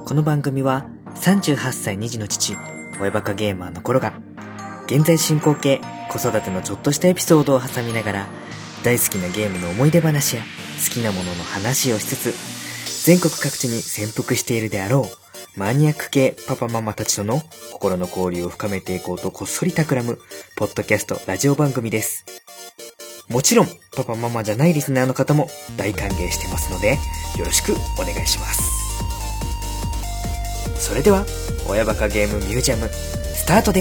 この番組は38歳2児の父、親バカゲーマーの頃が、現在進行形、子育てのちょっとしたエピソードを挟みながら、大好きなゲームの思い出話や好きなものの話をしつつ、全国各地に潜伏しているであろう、マニアック系パパママたちとの心の交流を深めていこうとこっそり企む、ポッドキャストラジオ番組です。もちろん、パパママじゃないリスナーの方も大歓迎してますので、よろしくお願いします。それでは、親バカゲームミュージアム、スタートです。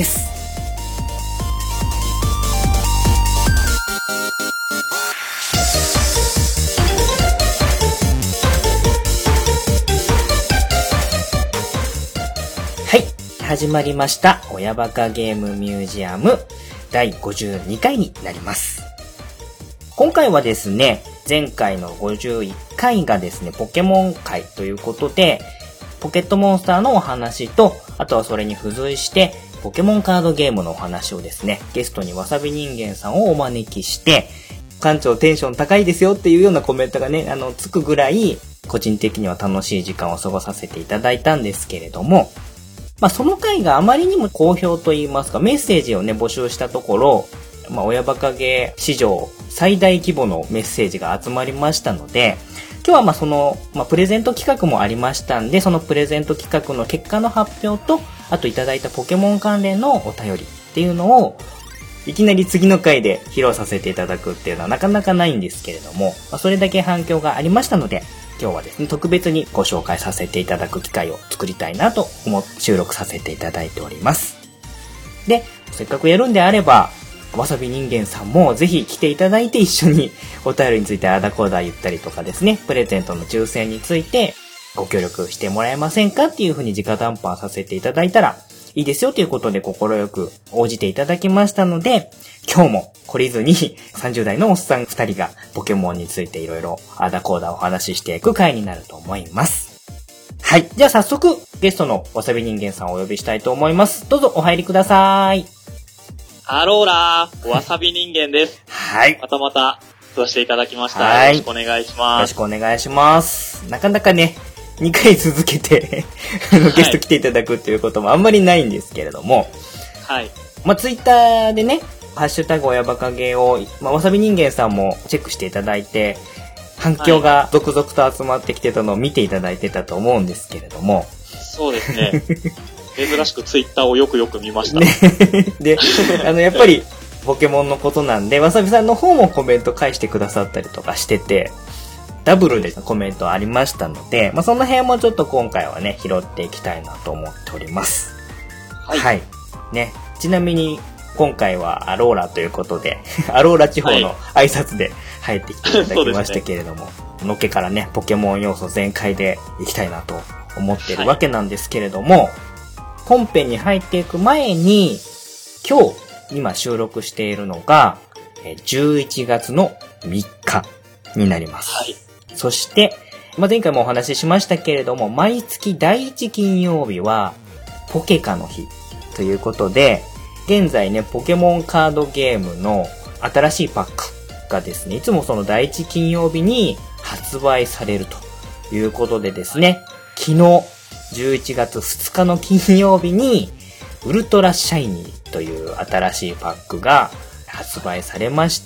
はい、始まりました。親バカゲームミュージアム第52回になります。今回はですね、前回の51回がですね、ポケモン回ということで、ポケットモンスターのお話と、あとはそれに付随して、ポケモンカードゲームのお話をですね、ゲストにわさび人間さんをお招きして、館長テンション高いですよっていうようなコメントがね、つくぐらい、個人的には楽しい時間を過ごさせていただいたんですけれども、その回があまりにも好評といいますか、メッセージをね、募集したところ、親バカゲー史上最大規模のメッセージが集まりましたので、今日はその、プレゼント企画もありましたんで、そのプレゼント企画の結果の発表と、あといただいたポケモン関連のお便りっていうのを、いきなり次の回で披露させていただくっていうのはなかなかないんですけれども、それだけ反響がありましたので、今日はですね、特別にご紹介させていただく機会を作りたいなと思って収録させていただいております。で、せっかくやるんであれば、わさび人間さんもぜひ来ていただいて一緒にお便りについてあだこうだ言ったりとかですね、プレゼントの抽選についてご協力してもらえませんかっていう風に直談判させていただいたらいいですよということで心く応じていただきましたので、今日も懲りずに30代のおっさん2人がポケモンについていろいろあだこうだお話ししていく回になると思います。はい。じゃあ早速ゲストのわさび人間さんをお呼びしたいと思います。どうぞお入りください。 ハローラー、わさび人間です。 はい。 また、させていただきました。 はい。 よろしくお願いします。 よろしくお願いします。なかなかね、2回続けてゲスト来ていただくっていうこともあんまりないんですけれども。 はい。 ツイッターでね、ハッシュタグ親バカゲーを、わさび人間さんもチェックしていただいて、反響が続々と集まってきてたのを見ていただいてたと思うんですけれども。 そうですね。珍しくツイッターをよく見ました。 ね、で、やっぱりポケモンのことなんで、わさびさんの方もコメント返してくださったりとかしてて、ダブルでコメントありましたので、その辺もちょっと今回はね、拾っていきたいなと思っております。はい。はい。ね。ちなみに、今回はアローラということで、アローラ地方の挨拶で入ってきていただきましたけれども、ね、のっけからね、ポケモン要素全開でいきたいなと思っているわけなんですけれども、本編に入っていく前に、今収録しているのが、11月の3日になります。はい。そして、前回もお話ししましたけれども、毎月第1金曜日は、ポケカの日ということで、現在ね、ポケモンカードゲームの新しいパックがですね、いつもその第1金曜日に発売されるということでですね、昨日、11月2日の金曜日にウルトラシャイニーという新しいパックが発売されまして、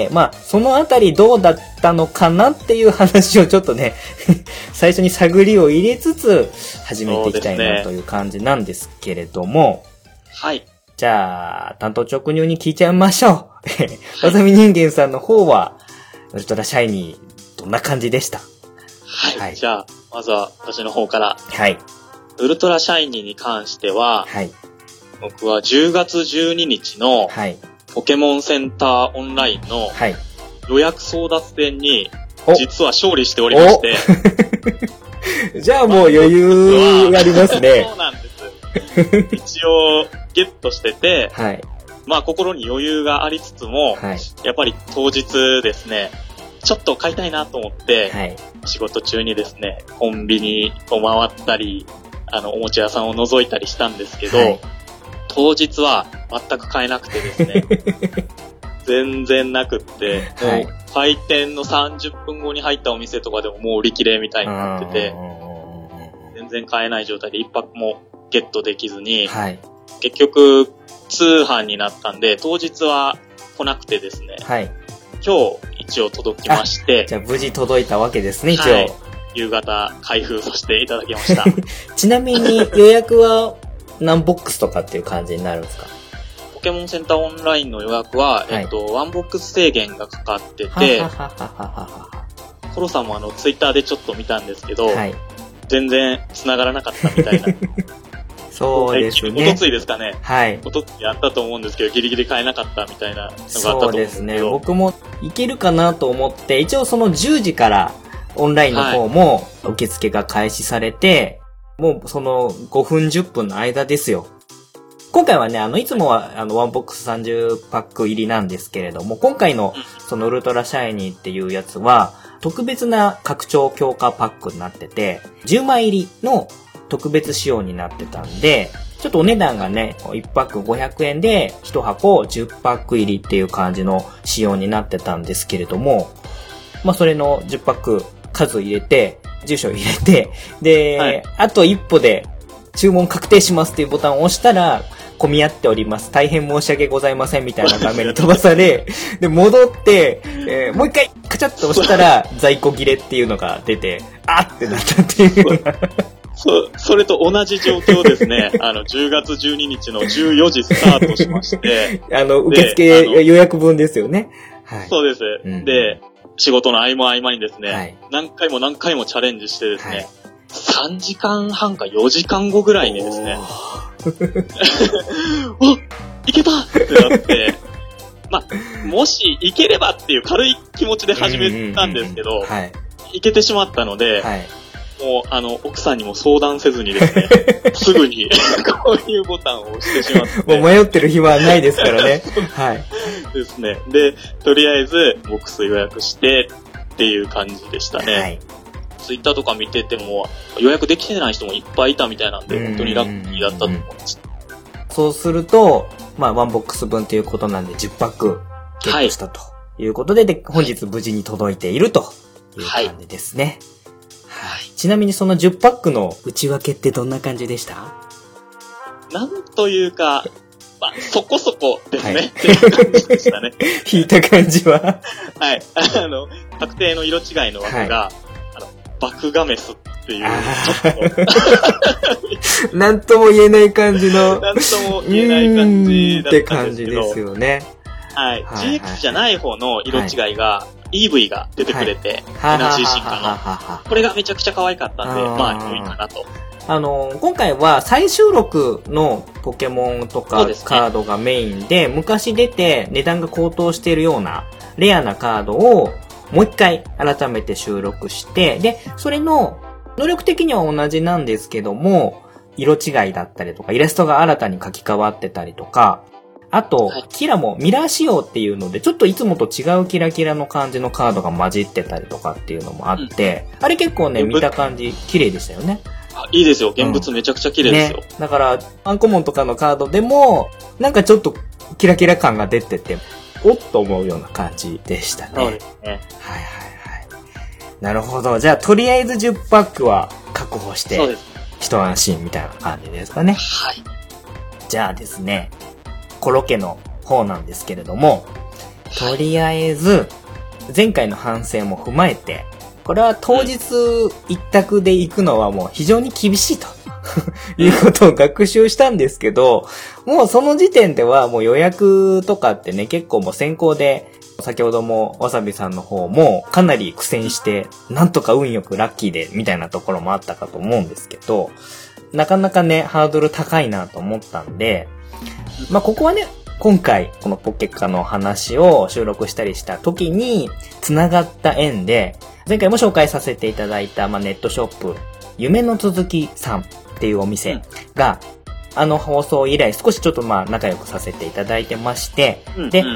そのあたりどうだったのかなっていう話をちょっとね最初に探りを入れつつ始めていきたいなという感じなんですけれども、 はい。 じゃあ担当直入に聞いちゃいましょう。わさび人間さんの方はウルトラシャイニーどんな感じでした？ はい。はい、じゃあまずは私の方から。 はい。 ウルトラシャイニーに関しては、はい。僕は10月12日の、はい。ポケモンセンターオンラインの、はい。予約争奪戦に、実は勝利しておりまして。 じゃあもう余裕ありますね。 そうなんです。一応、ゲットしてて、はい。心に余裕がありつつも、はい。やっぱり当日ですね、ちょっと買いたいなと思って、はい、仕事中にですね、コンビニを回ったり、おもちゃ屋さんを覗いたりしたんですけど、はい、当日は全く買えなくてですね、全然なくって、はい、もう開店の30分後に入ったお店とかでももう売り切れみたいになってて、全然買えない状態で1泊もゲットできずに、 はい、 結局通販になったんで、当日は来なくてですね、 はい、 今日一応届きまして、 じゃあ無事届いたわけですね、一応。はい、 夕方開封させていただきました。 ちなみに予約は何ボックスとかっていう感じになるんですか？ ポケモンセンターオンラインの予約は、ワンボックス制限がかかってて、コロさんもツイッターでちょっと見たんですけど、はい、全然繋がらなかったみたいな。 そうですね。 おとついですかね。 はい。 おとついやったと思うんですけど、ギリギリ買えなかったみたいなのがあったと思うんですけど。そうですね。 僕もいけるかなと思って、一応その10時からオンラインの方も受付が開始されて、もうその5分10分の間ですよ。今回はね、いつもはワンボックス30パック入りなんですけれども、今回のそのウルトラシャイニーっていうやつは、特別な拡張強化パックになってて、10枚入りの特別仕様になってたんで、ちょっとお値段がね、1パック500円で1箱10パック入りっていう感じの仕様になってたんですけれども、まあそれの10パック数入れて、住所入れて、で、はい、あと一歩で注文確定しますっていうボタンを押したら、混み合っております。大変申し訳ございませんみたいな画面に飛ばされ、で、戻って、もう一回カチャッと押したら在庫切れっていうのが出て、あってなったっていうような。 それと同じ状況ですね。10月12日の14時スタートしまして。 受付予約分ですよね。 はい。そうです。うん、で、仕事の合間にですね、はい、何回もチャレンジしてですね、はい、3時間半か4時間後ぐらいにですね、お、いけたってなって、まあ、もしいければっていう軽い気持ちで始めたんですけど、いけてしまったので、はい、もう奥さんにも相談せずにですね、すぐにこういうボタンを押してしまって。 もう迷ってる暇はないですからね。はい。 ですね。で、とりあえずボックス予約してっていう感じでしたね。はい。ツイッターとか見てても予約できてない人もいっぱいいたみたいなんで、本当にラッキーだったと思います。 そうすると、まあ、ワンボックス分ということなんで10パックゲットしたということで、で、本日無事に届いているという感じですね。はい。ちなみにその10パックの内訳ってどんな感じでした？ なんというか、まあ、そこそこですね。はい、っていう感じでしたね。 引いた感じははい。確定の色違いの枠が、はい、バクガメスっていう、ちょっと。 なんとも言えない感じの。 なんとも言えない感じだったんですけど。って感じですよね。 はい。はい、GX じゃない方の色違いが、EV が出てくれて、エナジー進化の。これがめちゃくちゃ可愛かったんで、まあ、良いかなと。 今回は再収録のポケモンとかカードがメインで、昔出て値段が高騰しているようなレアなカードをもう一回改めて収録して、で、それの能力的には同じなんですけども、色違いだったりとか、イラストが新たに書き換わってたりとか、あと、キラもミラー仕様っていうので、ちょっといつもと違うキラキラの感じのカードが混じってたりとかっていうのもあって、あれ結構ね、見た感じ綺麗でしたよね。 いいですよ。現物めちゃくちゃ綺麗ですよ。 ね、だから、アンコモンとかのカードでも、なんかちょっとキラキラ感が出てて、おっと思うような感じでしたね。 そうですね。はいはいはい。 なるほど。じゃあ、とりあえず10パックは確保して、そうです。一安心みたいな感じですかね。 はい。 じゃあですね、コロケの方なんですけれども、とりあえず、前回の反省も踏まえて、これは当日一択で行くのはもう非常に厳しいということを学習したんですけど、もうその時点ではもう予約とかってね、結構もう先行で、先ほどもわさびさんの方もかなり苦戦して、なんとか運よくラッキーでみたいなところもあったかと思うんですけど、なかなかね、ハードル高いなと思ったんで、まあここはね、今回このポケカの話を収録したりした時に繋がった縁で、前回も紹介させていただいた、ネットショップ、夢の続きさんっていうお店が、放送以来少しちょっと仲良くさせていただいてまして、で、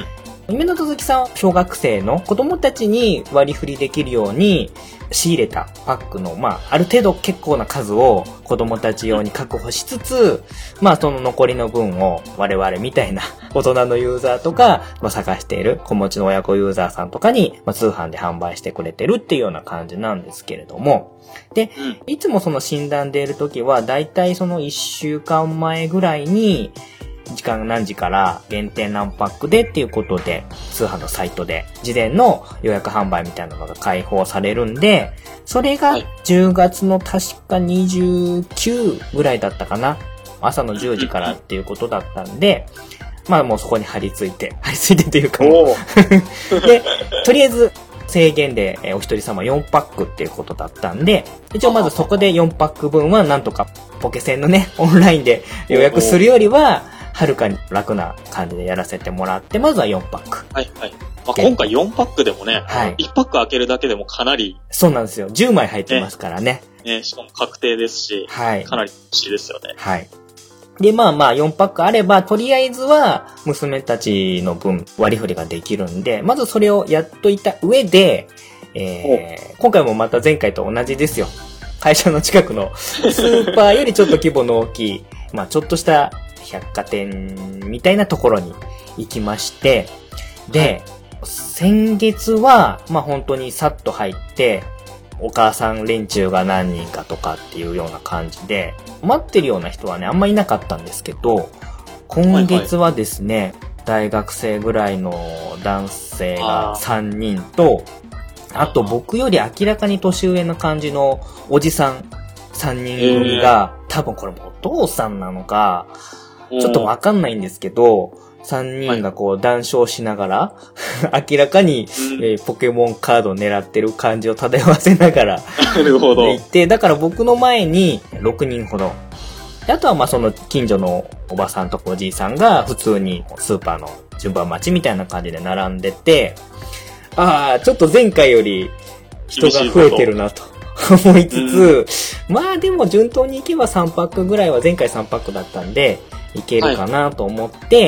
夢の続きさんは小学生の子供たちに割り振りできるように仕入れたパックの、ある程度結構な数を子供たち用に確保しつつ、その残りの分を我々みたいな大人のユーザーとか、探している子持ちの親子ユーザーさんとかに、通販で販売してくれてるっていうような感じなんですけれども、で、いつもその診断でいるときは、だいたいその1週間前ぐらいに、時間何時から限定何パックでっていうことで、通販のサイトで事前の予約販売みたいなのが開放されるんで、それが10月の確か29ぐらいだったかな。朝の10時からっていうことだったんで、もうそこに張り付いてというかもうで、とりあえず制限でお一人様4パックっていうことだったんで、一応まずそこで4パック分はなんとかポケセンのね、オンラインで予約するよりは、はるかに楽な感じでやらせてもらって、まずは4パック。 はいはい。今回4パックでもね、1パック開けるだけでもかなり。 そうなんですよ。10枚入ってますからね。 しかも確定ですし、かなり欲しいですよね。 はい。で、4パックあれば、とりあえずは娘たちの分割り振りができるんで、まずそれをやっといた上で、今回もまた前回と同じですよ。会社の近くのスーパーよりちょっと規模の大きい、ちょっとした百貨店みたいなところに行きまして、で、先月は、本当にさっと入って、お母さん連中が何人かとかっていうような感じで、待ってるような人はね、あんまいなかったんですけど、今月はですね、大学生ぐらいの男性が3人と、あと僕より明らかに年上の感じのおじさん3人組が、多分これもお父さんなのか、ちょっとわかんないんですけど、3人がこう談笑しながら、明らかに、ポケモンカードを狙ってる感じを漂わせながら、 なるほど。 行って、だから僕の前に6人ほど。あとはその近所のおばさんとかおじいさんが普通にスーパーの順番待ちみたいな感じで並んでて、ちょっと前回より人が増えてるなと思いつつ、でも順当に行けば3パックぐらいは前回3パックだったんで、いけるかなと思って、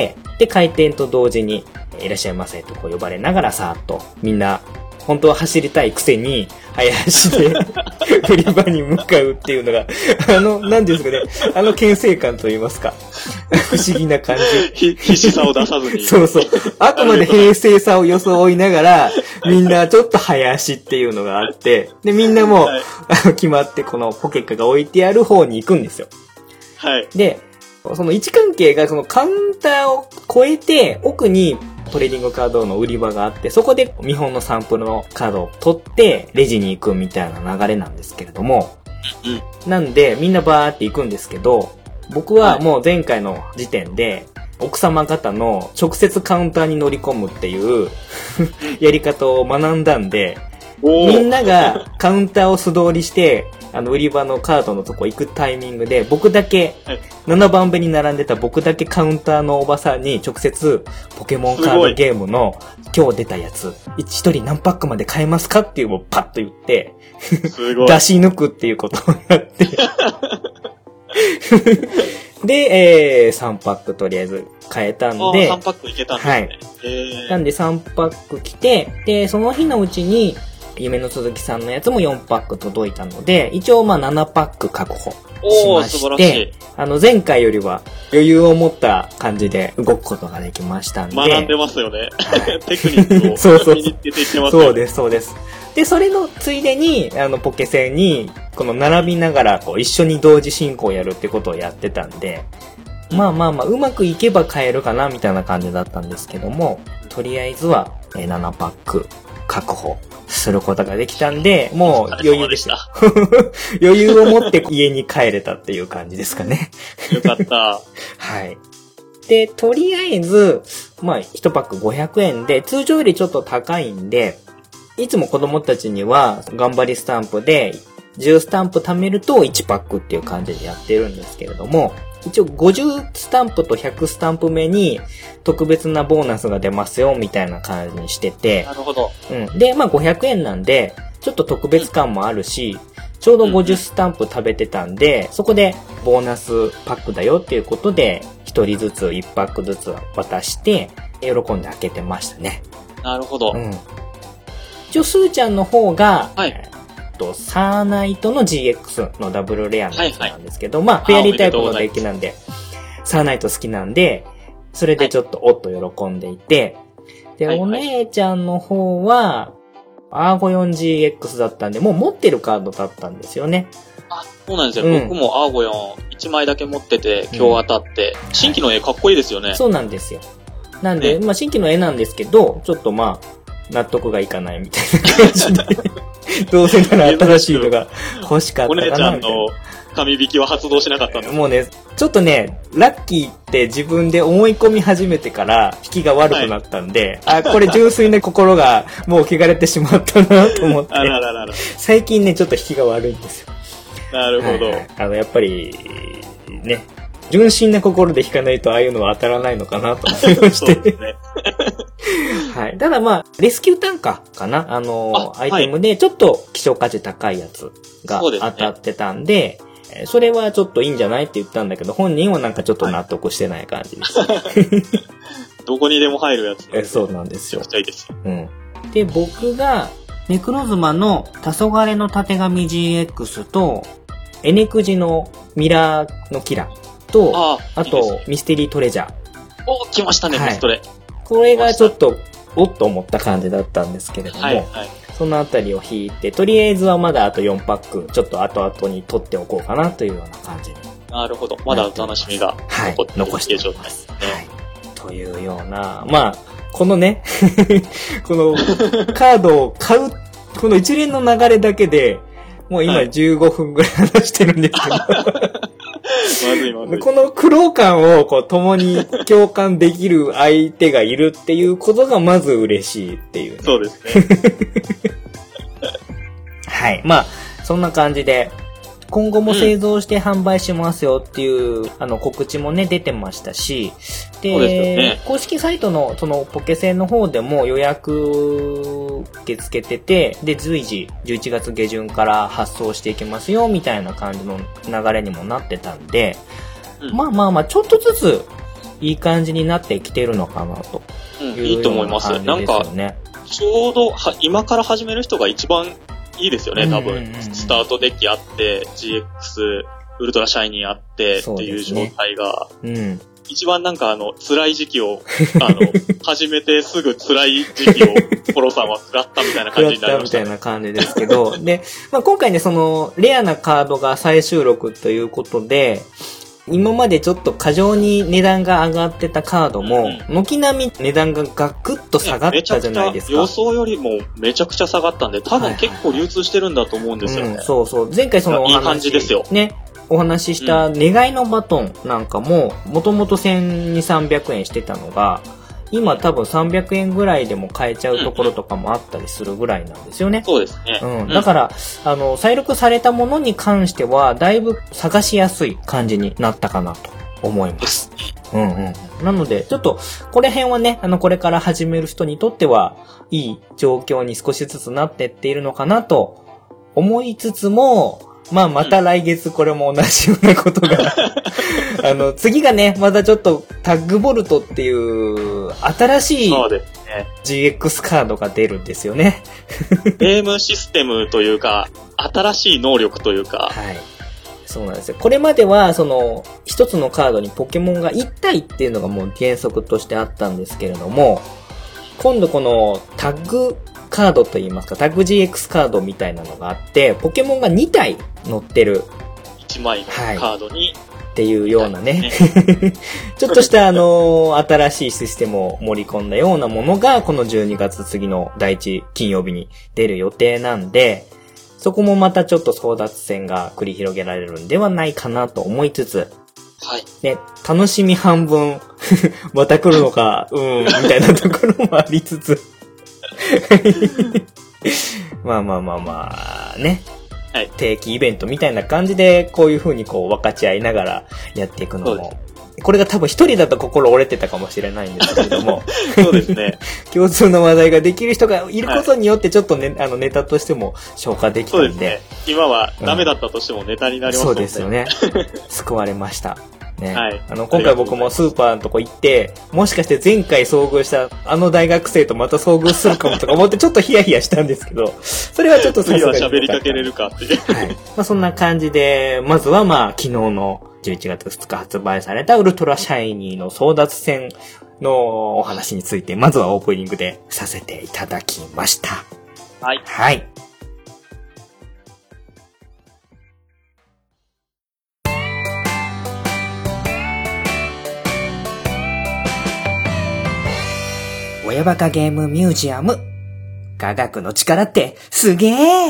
で、開店と同時に、いらっしゃいませとこう呼ばれながらさーっと、みんな、本当は走りたいくせに、早足で、売り場に向かうっていうのが、何ですかね、牽制感と言いますか、不思議な感じ。 必死さを出さずに。 そうそう。あくまで平静さを装いながら、みんなちょっと早足っていうのがあって、で、みんなもう、決まってこのポケカが置いてある方に行くんですよ。 はい。 で、その位置関係がそのカウンターを越えて奥にトレーディングカードの売り場があって、そこで見本のサンプルのカードを取ってレジに行くみたいな流れなんですけれども、なんでみんなバーって行くんですけど、僕はもう前回の時点で奥様方の直接カウンターに乗り込むっていうやり方を学んだんで、みんながカウンターを素通りして売り場のカードのとこ行くタイミングで、僕だけ、7番目に並んでた僕だけカウンターのおばさんに直接、ポケモンカードゲームの今日出たやつ、一人何パックまで買えますかっていうのをパッと言って、出し抜くっていうことをやって、で、3パックとりあえず買えたんで、 3パックいけたんですね。はい。 なんで3パック来て、で、その日のうちに、夢の続きさんのやつも4パック届いたので、一応7パック確保しまして、前回よりは余裕を持った感じで動くことができましたんで。 学んでますよね。テクニックを身につけていってますよね。そうです、そうです。で、それのついでに、ポケセンに、この並びながら、一緒に同時進行をやるってことをやってたんで、うまくいけば買えるかな、みたいな感じだったんですけども、とりあえずは、7パック確保することができたんで、もう余裕でした。余裕を持って家に帰れたっていう感じですかね。 よかった。 はい。で、とりあえず、1パック500円で、通常よりちょっと高いんで、いつも子供たちには頑張りスタンプで、10スタンプ貯めると1パックっていう感じでやってるんですけれども、一応50スタンプと100スタンプ目に特別なボーナスが出ますよみたいな感じにしてて。 なるほど。 で、500円なんで、ちょっと特別感もあるし、ちょうど50スタンプ食べてたんで、そこでボーナスパックだよっていうことで、1人ずつ1パックずつ渡して、 喜んで開けてましたね。 なるほど。 一応、スーちゃんの方が、サーナイトの GX のダブルレアのやつなんですけど、まあ、フェアリータイプのデッキなんで、サーナイト好きなんで、それでちょっとおっと喜んでいて、で、お姉ちゃんの方は、アーゴ 4GX だったんで、もう持ってるカードだったんですよね。 あ、そうなんですよ。僕もアーゴ4、1枚だけ持ってて、今日当たって、新規の絵かっこいいですよね。 そうなんですよ。なんで、まあ、新規の絵なんですけど、ちょっとまあ、納得がいかないみたいな感じで、どうせなら新しいのが欲しかったかなみたいな。 お姉ちゃんの紙引きは発動しなかったんですもうね、ちょっとね、ラッキーって自分で思い込み始めてから引きが悪くなったんで、これ純粋な心がもう汚れてしまったなと思って、最近ね、ちょっと引きが悪いんですよ。 なるほど。 やっぱり、ね、純真な心で引かないとああいうのは当たらないのかなと思いまして。そうですね。はい。ただまあ、レスキュー単価かなアイテムでちょっと希少価値高いやつが当たってたんで、それはちょっといいんじゃないって言ったんだけど、本人はなんかちょっと納得してない感じです。 どこにでも入るやつ。 そうなんですよ。 めちゃくちゃいいです。 で、僕が、ネクロズマの黄昏のたてがみ GX と、エネクジのミラーのキラと、あと、ミステリートレジャー。 来ましたね、ミストレ。 これがちょっと、おっと思った感じだったんですけれども、そのあたりを引いて、とりあえずはまだあと4パック、ちょっと後々に取っておこうかなというような感じに。 なるほど。まだお楽しみが残しております。というような、まあ、このね、このカードを買う、この一連の流れだけで、もう今15分ぐらい話してるんですけど、この苦労感をこう共に共感できる相手がいるっていうことがまず嬉しいっていう、 そうですね。 はい。まあ、そんな感じで、今後も製造して販売しますよっていう、告知もね、出てましたし、で、公式サイトの、その、ポケセンの方でも予約受け付けてて、で、随時、11月下旬から発送していきますよ、みたいな感じの流れにもなってたんで、まあ、ちょっとずつ、いい感じになってきてるのかな、というような感じですよね。 なんか、ちょうど、今から始める人が一番いいですよね、多分。スタートデッキあって、GX、ウルトラシャイニーあってっていう状態が、一番なんか辛い時期を、始めてすぐ辛い時期を、ポロさんは食らったみたいな感じになりました、ね。 みたいな感じですけど、で、まあ今回ね、その、レアなカードが再収録ということで、今までちょっと過剰に値段が上がってたカードも、軒並み値段がガクッと下がったじゃないですか。 予想よりもめちゃくちゃ下がったんで、多分結構流通してるんだと思うんですよね。 そうそう。前回そのお話、 いい感じですよ。 ね。お話しした願いのバトンなんかも、もともと1200、300円してたのが、今多分300円ぐらいでも買えちゃうところとかもあったりするぐらいなんですよね。 そうですね。 だから、再録されたものに関しては、だいぶ探しやすい感じになったかなと思います。なので、ちょっと、これ辺はね、これから始める人にとっては、いい状況に少しずつなってっているのかなと思いつつも、まあ、また来月これも同じようなことが、次がね、またちょっとタッグボルトっていう新しい GX カードが出るんですよね。 ゲームシステムというか、新しい能力というか。 はい。そうなんですよ。これまでは、その、一つのカードにポケモンが1体っていうのがもう原則としてあったんですけれども、今度このタッグカードといいますか、タッグ GX カードみたいなのがあって、ポケモンが2体乗ってる。 1枚のカードに。 っていうようなね。ちょっとした新しいシステムを盛り込んだようなものが、この12月次の第1金曜日に出る予定なんで、そこもまたちょっと争奪戦が繰り広げられるんではないかなと思いつつ、 はい。 ね、楽しみ半分、また来るのか、みたいなところもありつつ、まあ、ね。 はい、 定期イベントみたいな感じで、こういう風にこう分かち合いながらやっていくのも、これが多分一人だと心折れてたかもしれないんですけれども、 そうですね。 共通の話題ができる人がいることによってちょっとね、ネタとしても消化できたんで。 そうですね。今はダメだったとしてもネタになりますので、 そうですよね。救われました。 ね。はい。今回僕もスーパーのとこ行って、もしかして前回遭遇した大学生とまた遭遇するかもとか思ってちょっとヒヤヒヤしたんですけど、それはちょっとさすがに喋りかけれるかって。 はい。そんな感じで、まずは昨日の11月2日発売されたウルトラシャイニーの争奪戦のお話について、まずはオープニングでさせていただきました。 はい。 はい。親バカゲームミュージアム。科学の力ってすげー。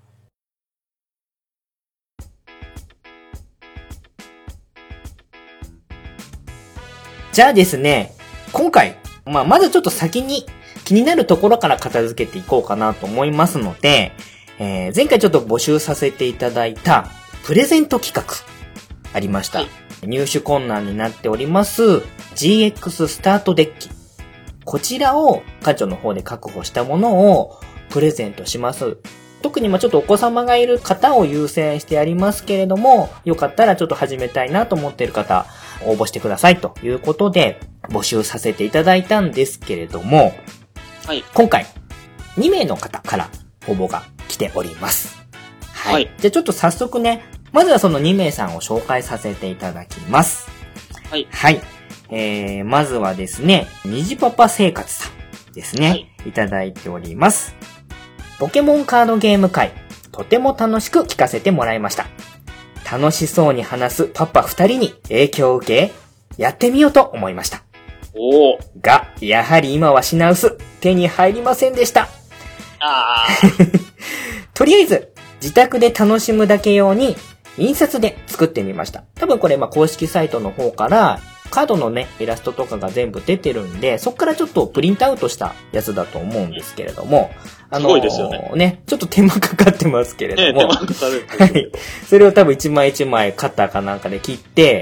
じゃあですね、今回、まずちょっと先に気になるところから片付けていこうかなと思いますので、前回ちょっと募集させていただいたプレゼント企画ありました。はい、入手困難になっております GX スタートデッキ。こちらを課長の方で確保したものをプレゼントします。特にちょっとお子様がいる方を優先してやりますけれども、よかったらちょっと始めたいなと思っている方、応募してくださいということで募集させていただいたんですけれども、 はい、 今回2名の方から応募が来ております。はい。じゃあちょっと早速ね、まずはその2名さんを紹介させていただきます。 はい。 はい。まずはですね、虹パパ生活さんですね。はい。いただいております。ポケモンカードゲーム会、とても楽しく聞かせてもらいました。楽しそうに話すパパ2人に影響を受け、やってみようと思いました。 おー。 が、やはり今は品薄、手に入りませんでした。とりあえず、自宅で楽しむだけ用に、印刷で作ってみました。多分これ公式サイトの方から、カードのね、イラストとかが全部出てるんで、そっからちょっとプリントアウトしたやつだと思うんですけれども、 すごいですよね。 ちょっと手間かかってますけれども、 手間かかる。 はい。それを多分一枚一枚カッターかなんかで切って、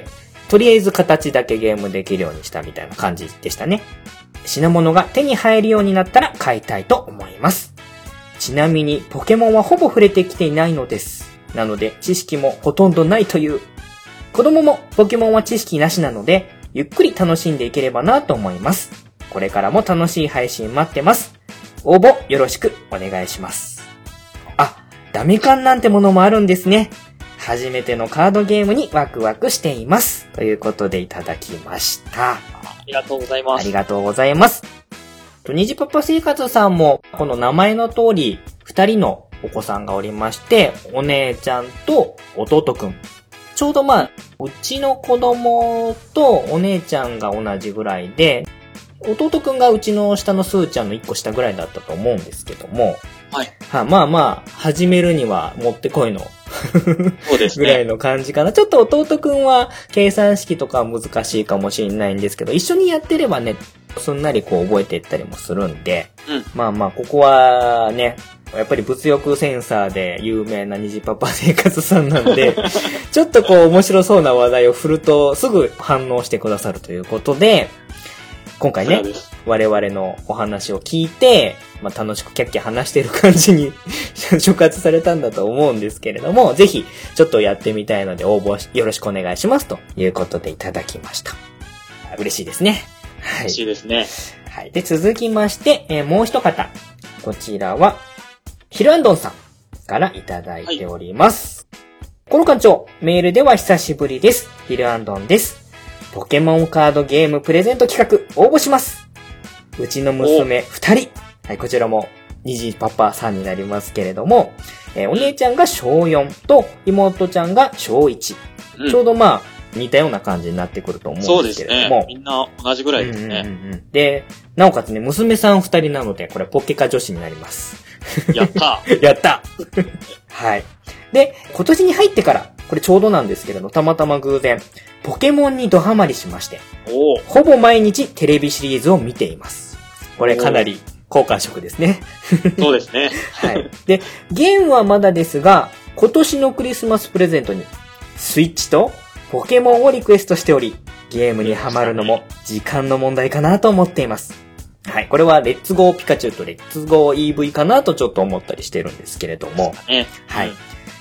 とりあえず形だけゲームできるようにしたみたいな感じでしたね。品物が手に入るようになったら買いたいと思います。ちなみにポケモンはほぼ触れてきていないのです。なので知識もほとんどないという。子供もポケモンは知識なしなので、ゆっくり楽しんでいければなと思います。これからも楽しい配信待ってます。応募よろしくお願いします。あ、ダメ缶なんてものもあるんですね。初めてのカードゲームにワクワクしています。ということでいただきました。 ありがとうございます。 ありがとうございます。虹パパ生活さんもこの名前の通り2人のお子さんがおりまして、お姉ちゃんと弟くん。ちょうどうちの子供とお姉ちゃんが同じぐらいで、弟くんがうちの下のスーちゃんの1個下ぐらいだったと思うんですけども、 はい。 始めるにはもってこいのそうですね。 ぐらいの感じかな。ちょっと弟くんは計算式とかは難しいかもしれないんですけど、一緒にやってればね、すんなり覚えていったりもするんで、ここはね、やっぱり物欲センサーで有名な虹パパ生活さんなんで、ちょっと面白そうな話題を振るとすぐ反応してくださるということで、今回ね、我々のお話を聞いて、楽しくキャッキャ話してる感じに触発されたんだと思うんですけれども、ぜひちょっとやってみたいので応募よろしくお願いしますということでいただきました。嬉しいですね。はい。 嬉しいですね。 はい。で、続きまして、もう一方。こちらは、ヒルアンドンさんからいただいております。はい、コロ館長、メールでは久しぶりです。ヒルアンドンです。ポケモンカードゲームプレゼント企画、応募します。うちの娘2人。はい、こちらも、虹パパさんになりますけれども、お姉ちゃんが小4と妹ちゃんが小1。ちょうど似たような感じになってくると思うんですけれども。そうですね。 みんな同じぐらいですね。 で、なおかつね、娘さん2人なので、これポケカ女子になります。 やったやったはい。で、今年に入ってから、これちょうどなんですけれど、たまたま偶然、ポケモンにドハマりしまして、ほぼ毎日テレビシリーズを見ています。これかなり好感触ですね。 そうですね。 はい。で、ゲームはまだですが、今年のクリスマスプレゼントに、スイッチとポケモンをリクエストしており、ゲームにハマるのも時間の問題かなと思っています。はい。これはレッツゴーピカチュウとレッツゴー EV かなとちょっと思ったりしてるんですけれども。 ね、 はい。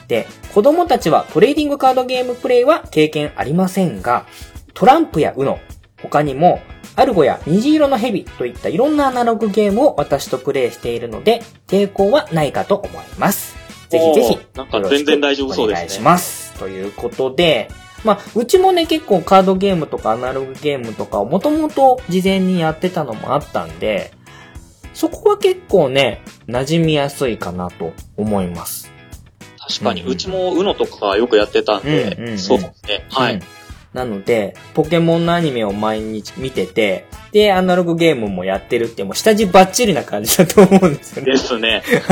で、子供たちはトレーディングカードゲームプレイは経験ありませんが、トランプやUNO、他にも、アルゴや虹色の蛇といったいろんなアナログゲームを私とプレイしているので、抵抗はないかと思います。ぜひぜひ、 なんか全然大丈夫そうですね。 お願いします。ということで、うちもね、結構カードゲームとかアナログゲームとかをもともと事前にやってたのもあったんで、そこは結構ね、馴染みやすいかなと思います。 確かに、うちもUNOとかよくやってたんで、そうですね。はい。 なので、ポケモンのアニメを毎日見てて、で、アナログゲームもやってるって、もう下地バッチリな感じだと思うんですよね。 ですね。 はい。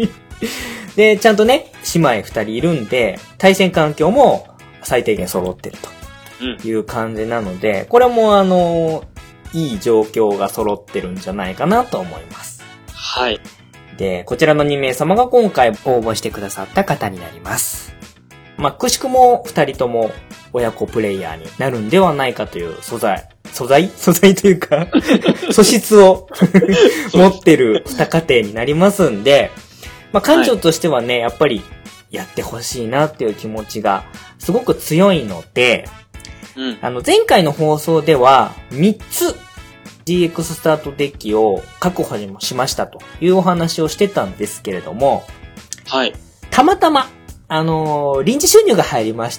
で、ちゃんとね、姉妹二人いるんで、対戦環境も最低限揃ってるという感じなので、これもいい状況が揃ってるんじゃないかなと思います。 はい。 で、こちらの2名様が今回応募してくださった方になります。くしくも2人とも親子プレイヤーになるんではないかという素材というか素質を持ってる2家庭になりますんで、館長としてはね、やっぱりやってほしいなっていう気持ちがすごく強いので、前回の放送では3つ GX スタートデッキを確保しましたというお話をしてたんですけれども、 はい。 たまたま臨時収入が入りまして、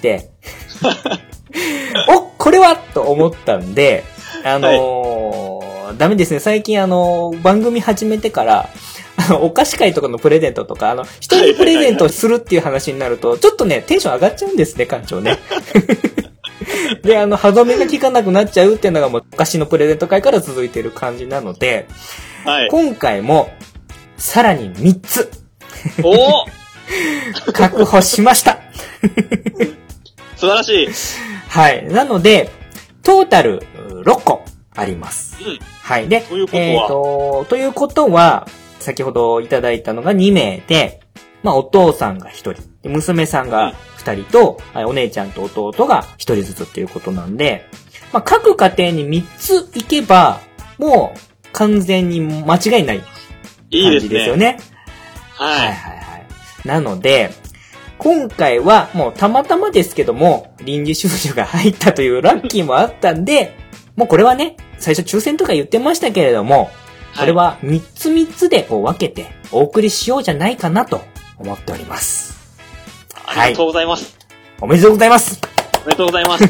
これはと思ったんで、ダメですね。最近番組始めてから、お菓子会とかのプレゼントとか、人にプレゼントするっていう話になると、ちょっとね、テンション上がっちゃうんですね、館長ね。で、歯止めが効かなくなっちゃうっていうのがもう、お菓子のプレゼント会から続いている感じなので、今回も、さらに3つ。確保しました。 素晴らしい。 はい。なので、トータル6個あります。はい。で、ということは、先ほどいただいたのが2名で、お父さんが1人、娘さんが2人と、お姉ちゃんと弟が1人ずつっていうことなんで、各家庭に3つ行けば、もう完全に間違いない感じですよね。はい。なので、今回はもうたまたまですけども、臨時収入が入ったというラッキーもあったんで、もうこれはね、最初抽選とか言ってましたけれども、これは3つ3つでこう分けてお送りしようじゃないかなと思っております。 ありがとうございます。 おめでとうございます。 おめでとうございます。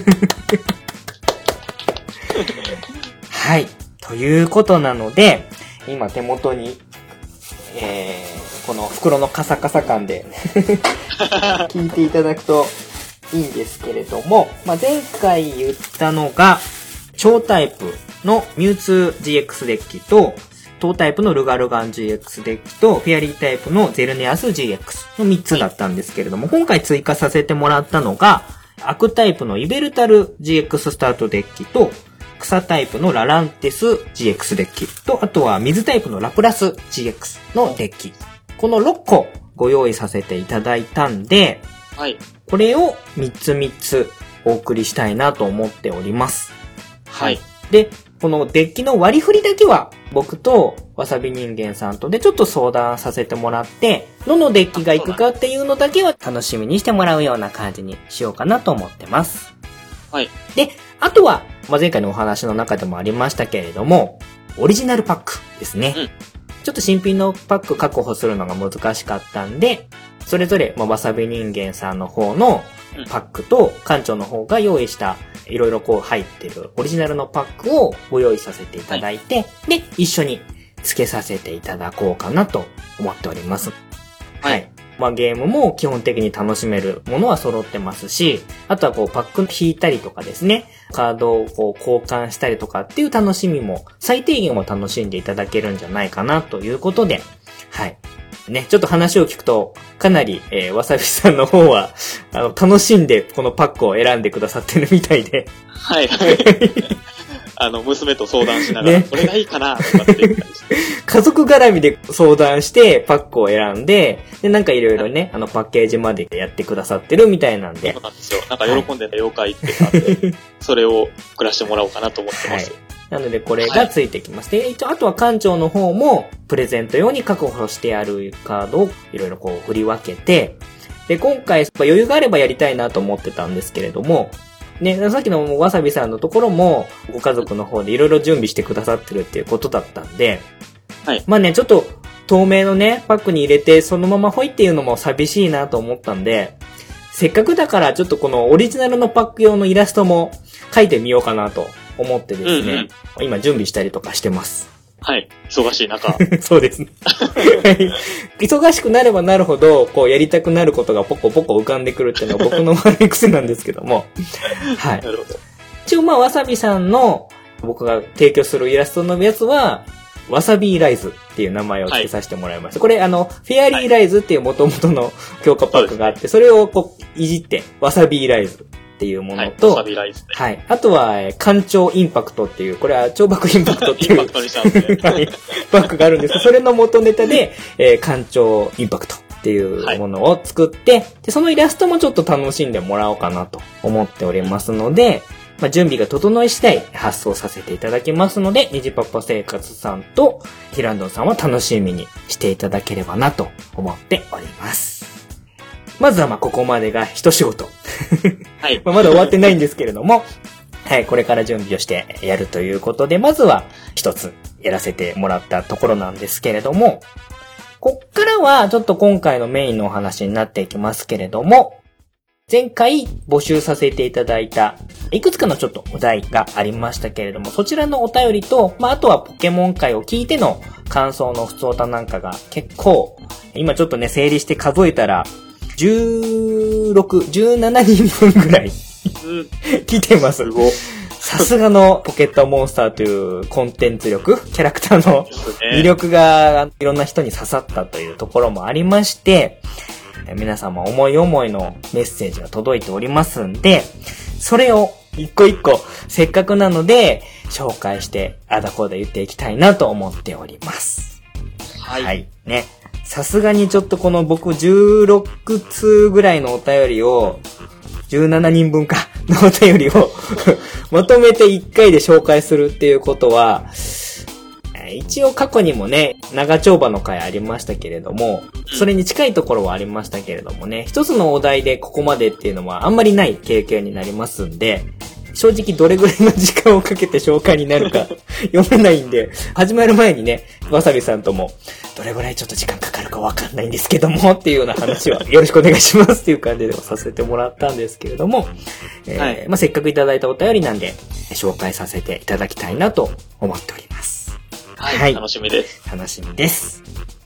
はい。ということなので、今手元に、この袋のカサカサ感で聞いていただくといいんですけれども、前回言ったのが、超タイプのミュウツー GX デッキと、トータイプのルガルガン GX デッキと、フェアリータイプのゼルネアス GX の3つだったんですけれども、今回追加させてもらったのが、アクタイプのイベルタル GX スタートデッキと、草タイプのラランテス GX デッキと、あとは水タイプのラプラス GX のデッキ。この6個ご用意させていただいたんで、これを3つ3つお送りしたいなと思っております。はい。で、このデッキの割り振りだけは僕とわさび人間さんとでちょっと相談させてもらって、どのデッキがいくかっていうのだけは楽しみにしてもらうような感じにしようかなと思ってます。 はい。 で、あとは、前回のお話の中でもありましたけれども、オリジナルパックですね。ちょっと新品のパック確保するのが難しかったんで、それぞれ、わさび人間さんの方のパックと館長の方が用意したいろいろ入ってるオリジナルのパックをご用意させていただいて、で、一緒に付けさせていただこうかなと思っております。はい。ゲームも基本的に楽しめるものは揃ってますし、あとはパック引いたりとかですね、カードを交換したりとかっていう楽しみも、最低限を楽しんでいただけるんじゃないかなということで、はい。ね、ちょっと話を聞くと、かなり、わさびさんの方は、楽しんでこのパックを選んでくださってるみたいで。 はい。娘と相談しながら、これがいいかなとかって言ったりして。 家族絡みで相談して、パックを選んで、で、なんかいろいろね、パッケージまでやってくださってるみたいなんで。 そうなんですよ。なんか喜んでた妖怪ってたんで、それを送らせてもらおうかなと思ってます。 なのでこれがついてきます。で、一応あとは館長の方もプレゼント用に確保してあるカードをいろいろ振り分けて、 で、今回、余裕があればやりたいなと思ってたんですけれども、ね、さっきのわさびさんのところも、ご家族の方でいろいろ準備してくださってるっていうことだったんで、はい。まあね、ちょっと、透明のね、パックに入れて、そのままほいっていうのも寂しいなと思ったんで、せっかくだからちょっとこのオリジナルのパック用のイラストも描いてみようかなと思ってですね、今準備したりとかしてます。 はい。忙しい中。 そうですね。忙しくなればなるほど、こうやりたくなることがポコポコ浮かんでくるっていうのは僕の悪い癖なんですけども。はい。なるほど。一応まあ、わさびさんの僕が提供するイラストのやつは、わさびライズっていう名前を付けさせてもらいました。はい、これフェアリーライズっていう元々の強化パックがあって、それをこう、いじって、わさびライズっていうものと、 はい、わさびライズで。 はい。あとは、艦長インパクトっていう、これは超爆インパクトっていう、 インパクトにしたんですね。 はい。パックがあるんですけど、それの元ネタで、艦長インパクトっていうものを作って、で、そのイラストもちょっと楽しんでもらおうかなと思っておりますので、まあ、準備が整い次第発送させていただきますので、にじパパ生活さんとヒランドンさんは楽しみにしていただければなと思っております。まずはまあここまでが一仕事。はい。まだ終わってないんですけれども、はい、これから準備をしてやるということで、まずは一つやらせてもらったところなんですけれども、こっからはちょっと今回のメインのお話になっていきますけれども、前回募集させていただいたいくつかのちょっとお題がありましたけれども、そちらのお便りと、まあ、あとはポケモン回を聞いての感想の普通歌なんかが結構、今ちょっとね、整理して数えたら、16、17人分ぐらい来てます。さすがのポケットモンスターというコンテンツ力、キャラクターの魅力がいろんな人に刺さったというところもありまして、皆様思い思いのメッセージが届いておりますんで、それを一個一個せっかくなので紹介してあだこうだ言っていきたいなと思っております。はい。はい。ね。さすがにちょっとこの僕16通ぐらいのお便りを、17人分かのお便りをまとめて1回で紹介するっていうことは、一応過去にもね、長丁場の回ありましたけれども、それに近いところはありましたけれどもね、一つのお題でここまでっていうのはあんまりない経験になりますんで、正直どれぐらいの時間をかけて紹介になるか読めないんで、始まる前にね、わさびさんとも、どれぐらいちょっと時間かかるかわかんないんですけども、っていうような話はよろしくお願いしますっていう感じでさせてもらったんですけれども、はい、まあ、せっかくいただいたお便りなんで、紹介させていただきたいなと思っております。 はい、はい、楽しみです。 楽しみです。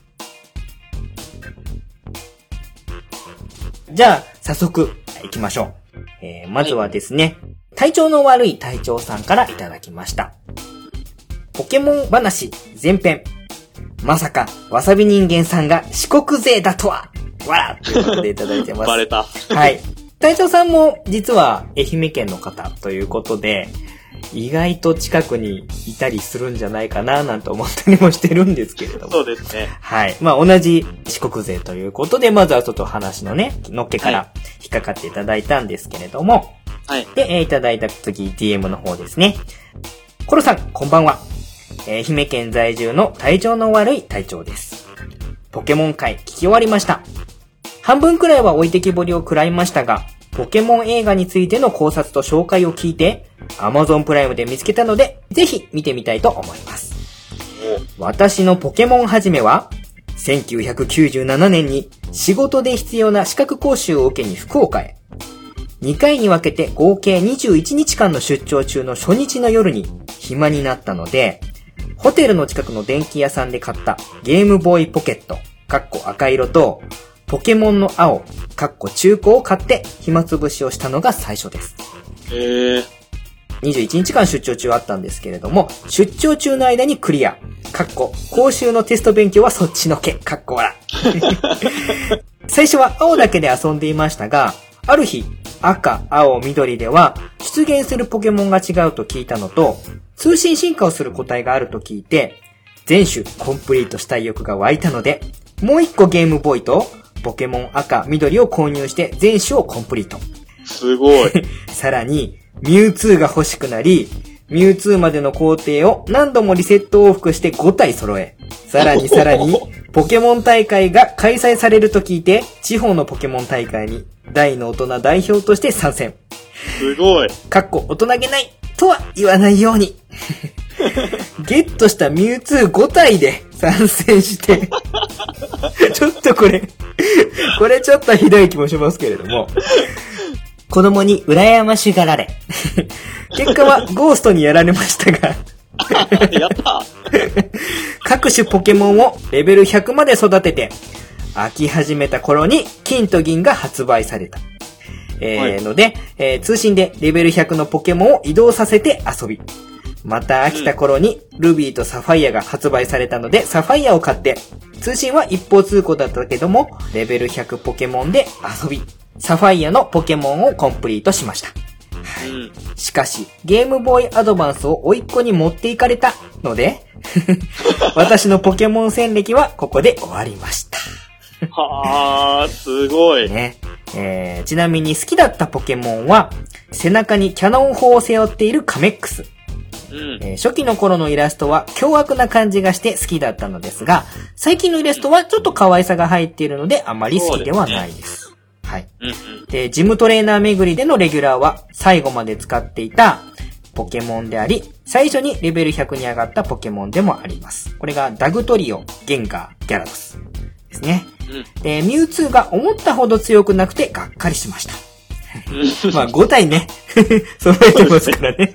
じゃあ、早速、行きましょう。まずはですね、体調の悪い隊長さんからいただきました。ポケモン話前編。まさか、わさび人間さんが四国勢だとはわらということでいただいてます。 バレた。 はい。隊長さんも実は愛媛県の方ということで、意外と近くにいたりするんじゃないかななんて思ったりもしてるんですけれども。 そうですね。 はい。まあ同じ四国勢ということで、まずはちょっと話のね、のっけから引っかかっていただいたんですけれども。はい。で、いただいた次 DM の方ですね。コロさん、こんばんは。愛媛県在住の体調の悪い隊長です。ポケモン回聞き終わりました。半分くらいは置いてきぼりを食らいましたが、ポケモン映画についての考察と紹介を聞いて、Amazon プライムで見つけたので、ぜひ見てみたいと思います。私のポケモン始めは、1997年に仕事で必要な資格講習を受けに福岡へ。2回に分けて合計21日間の出張中の初日の夜に暇になったので、ホテルの近くの電気屋さんで買ったゲームボーイポケット、赤色と、ポケモンの青、中古を買って暇つぶしをしたのが最初です。21日間出張中あったんですけれども、出張中の間にクリア。講習のテスト勉強はそっちのけ。笑。最初は青だけで遊んでいましたが、ある日、赤、青、緑では出現するポケモンが違うと聞いたのと、通信進化をする個体があると聞いて、全種コンプリートしたい欲が湧いたので、もう一個ゲームボーイとポケモン赤、緑を購入して全種をコンプリート。 すごい。 さらに、ミュウツーが欲しくなり、 ミュウツーまでの工程を何度もリセット往復して5体揃え、さらにポケモン大会が開催されると聞いて、地方のポケモン大会に大の大人代表として参戦。 すごい。 大人げないとは言わないように。ゲットしたミュウツー5体で参戦して、ちょっとこれちょっとひどい気もしますけれども、子供に羨ましがられ、結果はゴーストにやられましたが、 やった各種ポケモンをレベル100まで育てて、飽き始めた頃に金と銀が発売された。ので、通信でレベル100のポケモンを移動させて遊び、また飽きた頃にルビーとサファイアが発売されたので、サファイアを買って、通信は一方通行だったけども、レベル100ポケモンで遊び、サファイアのポケモンをコンプリートしました。はい。しかし、ゲームボーイアドバンスを甥っ子に持っていかれたので、私のポケモン戦歴はここで終わりました。 はー、すごい。 ね。ちなみに好きだったポケモンは、背中にキャノン砲を背負っているカメックス。初期の頃のイラストは凶悪な感じがして好きだったのですが、最近のイラストはちょっと可愛さが入っているのであまり好きではないです。はい。で、ジムトレーナー巡りでのレギュラーは最後まで使っていたポケモンであり、最初にレベル100に上がったポケモンでもあります。これがダグトリオ、ゲンガー、ギャラドスですね。で、ミュウツーが思ったほど強くなくてがっかりしました。まあ5体ね、揃えてますからね。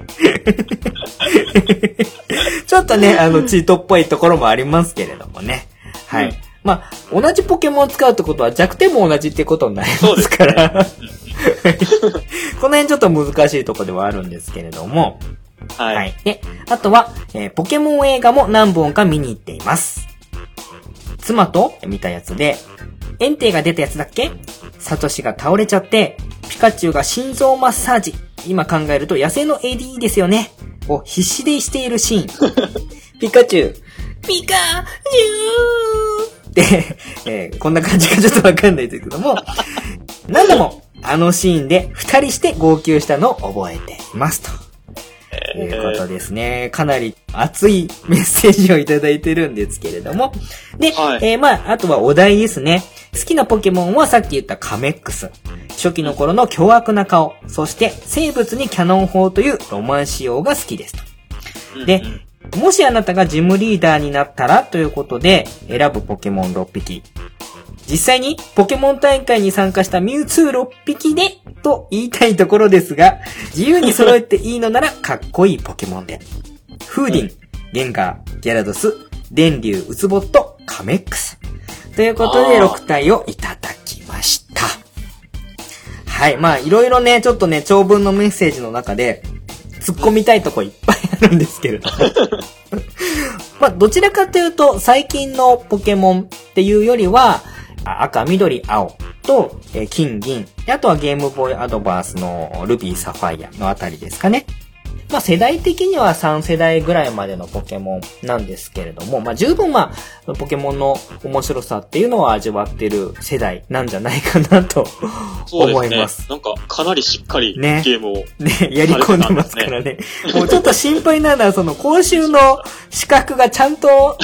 ちょっとね、チートっぽいところもありますけれどもね。はい。まあ、同じポケモンを使うってことは弱点も同じってことになりますから。この辺ちょっと難しいところではあるんですけれども。 はい。はい。 で、あとは、ポケモン映画も何本か見に行っています。妻と見たやつで、エンテイが出たやつだっけ？サトシが倒れちゃって、ピカチュウが心臓マッサージ。今考えると野生の AD ですよね。を必死でしているシーン。ピカチュウ、ピカチュウって、こんな感じかちょっとわかんないですけども、何度もあのシーンで二人して号泣したのを覚えていますと。いうことですね。かなり熱いメッセージをいただいてるんですけれども。で、はい、まあ、あとはお題ですね。好きなポケモンはさっき言ったカメックス。初期の頃の凶悪な顔。そして生物にキャノン砲というロマン仕様が好きですと。で、もしあなたがジムリーダーになったらということで選ぶポケモン6匹。実際にポケモン大会に参加したミュウツー6匹でと言いたいところですが、自由に揃えていいのならかっこいいポケモンで。フーディン、ゲンガー、ギャラドス、電流、ウツボット、カメックス。ということで6体をいただきました。はい。まあいろいろね、ちょっとね、長文のメッセージの中で突っ込みたいとこいっぱいあるんですけれども。まあどちらかというと最近のポケモンっていうよりは、赤、緑、青と、金、銀。あとはゲームボーイアドバンスのルビー、サファイアのあたりですかね。まあ世代的には3世代ぐらいまでのポケモンなんですけれども、まあ十分まあ、ポケモンの面白さっていうのを味わってる世代なんじゃないかなと思います。 そうですね。なんかかなりしっかりゲームを、 やり込んでますからね。もうちょっと心配なのはその講習の資格がちゃんと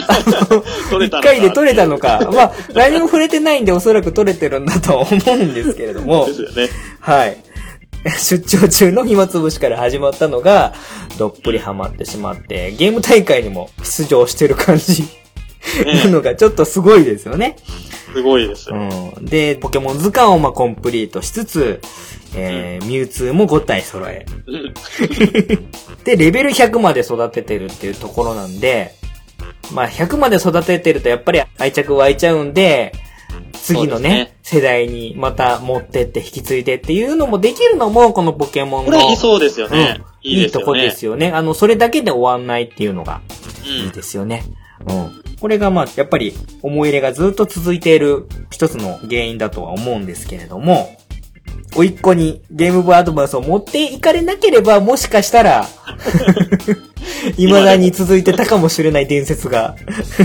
1回で取れたのか。まあ何も触れてないんでおそらく取れてるんだと思うんですけれども。 ですよね。はい。 出張中の暇つぶしから始まったのがどっぷりハマってしまってゲーム大会にも出場してる感じなのがちょっとすごいですよね。 すごいです。 で、ポケモン図鑑をまあコンプリートしつつ、ミュウツーも5体揃え。で、レベル100まで育ててるっていうところなんで、まあ100まで育ててるとやっぱり愛着湧いちゃうんで、次のね、世代にまた持ってって引き継いでっていうのもできるのも、このポケモンの。 これいいそうですよね。 いいとこですよね。それだけで終わんないっていうのが、いいですよね。これがまあ、やっぱり思い入れがずっと続いている一つの原因だとは思うんですけれども、甥っ子にゲームボーイアドバンスを持っていかれなければ、もしかしたら、未だに続いてたかもしれない伝説が。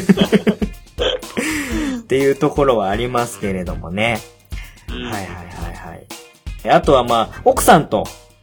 っていうところはありますけれどもね。はいはいはいはい。あとはまあ、奥さんと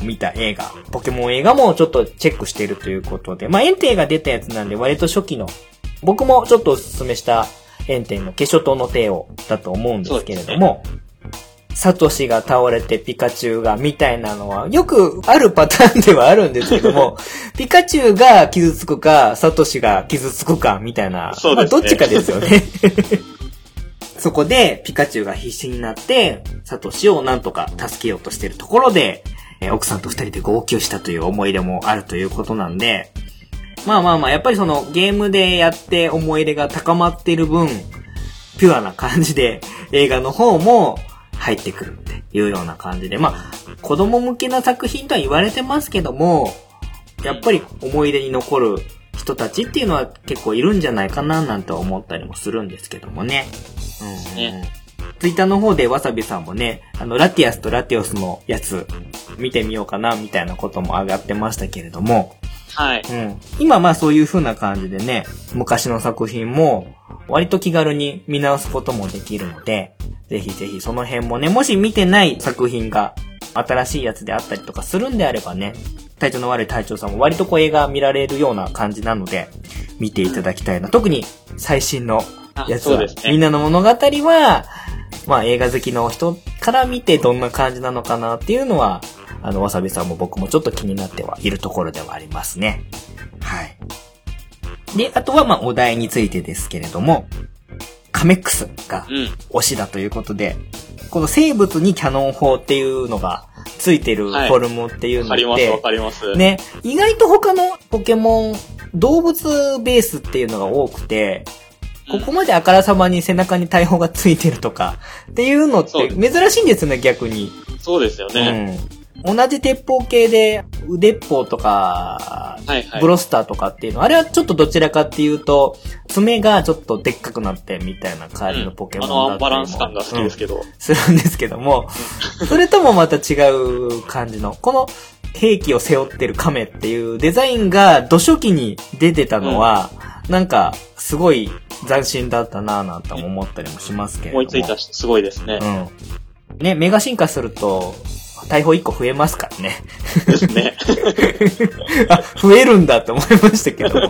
見た映画、ポケモン映画もちょっとチェックしているということで、まあ、エンテイが出たやつなんで割と初期の、僕もちょっとおすすめしたエンテイの化粧糖の帝王だと思うんですけれども、サトシが倒れてピカチュウがみたいなのはよくあるパターンではあるんですけども、ピカチュウが傷つくか、サトシが傷つくかみたいな、まあどっちかですよね。そこでピカチュウが必死になってサトシをなんとか助けようとしているところで、奥さんと二人で号泣したという思い出もあるということなんで、まあやっぱりそのゲームでやって思い入れが高まっている分、ピュアな感じで映画の方も入ってくるっていうような感じで、まあ子供向けな作品とは言われてますけども、やっぱり思い出に残る人たちっていうのは結構いるんじゃないかななんて思ったりもするんですけどもね。ツイッターの方でわさびさんもね、ラティアスとラティオスのやつ見てみようかなみたいなことも上がってましたけれども、 はい。 今まあそういう風な感じでね、昔の作品も割と気軽に見直すこともできるので、ぜひぜひその辺もね、もし見てない作品が新しいやつであったりとかするんであればね、体調の悪い隊長さんも割とこう映画見られるような感じなので、見ていただきたいな。特に最新のやつは、みんなの物語は、まあ映画好きの人から見てどんな感じなのかなっていうのは、わさびさんも僕もちょっと気になってはいるところではありますね。はい。で、あとはまあお題についてですけれども、カメックスが推しだということで、この生物にキャノン砲っていうのがついてるフォルムっていうのって、 わかります。 ね、意外と他のポケモン、動物ベースっていうのが多くて、ここまであからさまに背中に大砲がついてるとかっていうのって珍しいんですよね、逆に。 そうですよね。 同じ鉄砲系で腕っ砲とか、ブロスターとかっていうの、あれはちょっとどちらかっていうと、爪がちょっとでっかくなってみたいな感じのポケモンだったりも、 バランス感が好きですけど。 するんですけども、それともまた違う感じの、この兵器を背負ってるカメっていうデザインが土初期に出てたのは、なんかすごい斬新だったなぁなんて思ったりもしますけれども。 思いついたし、すごいですね。 ね、メガ進化すると、大砲1個増えますからね。 ですね。 あ、増えるんだって思いましたけども。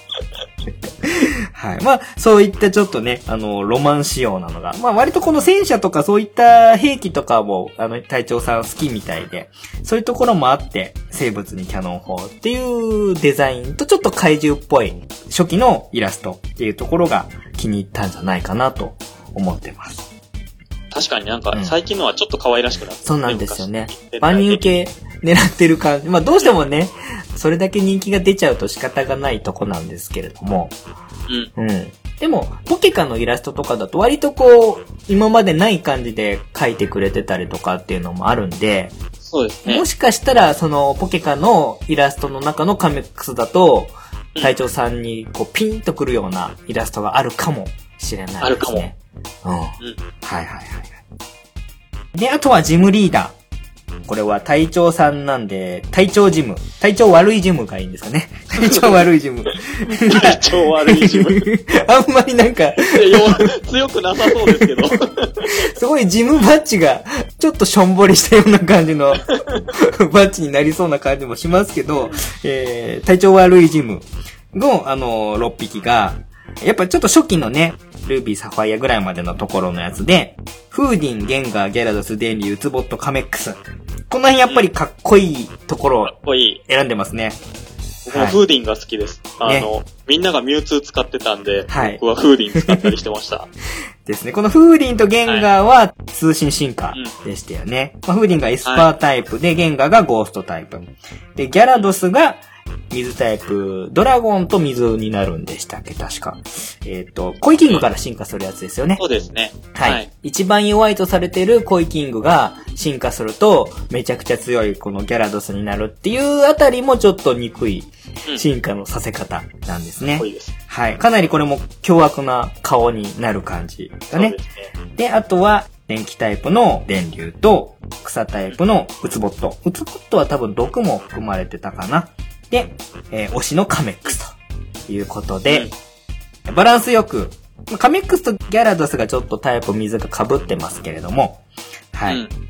はい。まあ、そういったちょっとね、ロマン仕様なのが、まあ割とこの戦車とかそういった兵器とかも、隊長さん好きみたいで、そういうところもあって、生物にキャノン砲っていうデザインとちょっと怪獣っぽい初期のイラストっていうところが気に入ったんじゃないかなと思ってます。 確かになんか最近のはちょっと可愛らしくなって、 そうなんですよね。万人受け狙ってる感じ。まあどうしてもね、それだけ人気が出ちゃうと仕方がないとこなんですけれども。でも、ポケカのイラストとかだと割とこう、今までない感じで描いてくれてたりとかっていうのもあるんで、 そうですね。 もしかしたらそのポケカのイラストの中のカメックスだと、隊長さんにこうピンとくるようなイラストがあるかもしれないですね。 あるかも。 はい。で、あとはジムリーダー。これは隊長さんなんで、隊長ジム。隊長悪いジムがいいんですかね。隊長悪いジム。 隊長悪いジム。 あんまりなんか強くなさそうですけど。 すごいジムバッジが、ちょっとしょんぼりしたような感じのバッジになりそうな感じもしますけど、隊長悪いジムの6匹が、やっぱちょっと初期のね、ルビー、サファイアぐらいまでのところのやつで、フーディン、ゲンガー、ギャラドス、デンリー、ウツボット、カメックス。この辺やっぱりかっこいいところを選んでますね。 僕もフーディンが好きです。みんながミュウツー使ってたんで、僕はフーディン使ったりしてました。 ですね。このフーディンとゲンガーは通信進化でしたよね。フーディンがエスパータイプで、ゲンガーがゴーストタイプ。で、ギャラドスが水タイプ、ドラゴンと水になるんでしたっけ、確か。コイキングから進化するやつですよね。 そうですね。 はい。一番弱いとされているコイキングが進化すると、めちゃくちゃ強いこのギャラドスになるっていうあたりもちょっと憎い進化のさせ方なんですね。はい。かなりこれも凶悪な顔になる感じだね。そうですね。で、あとは、電気タイプの電流と、草タイプのウツボット。ウツボットは多分毒も含まれてたかな。で、推しのカメックスということで、バランスよく、カメックスとギャラドスがちょっとタイプ水が被ってますけれども、はい。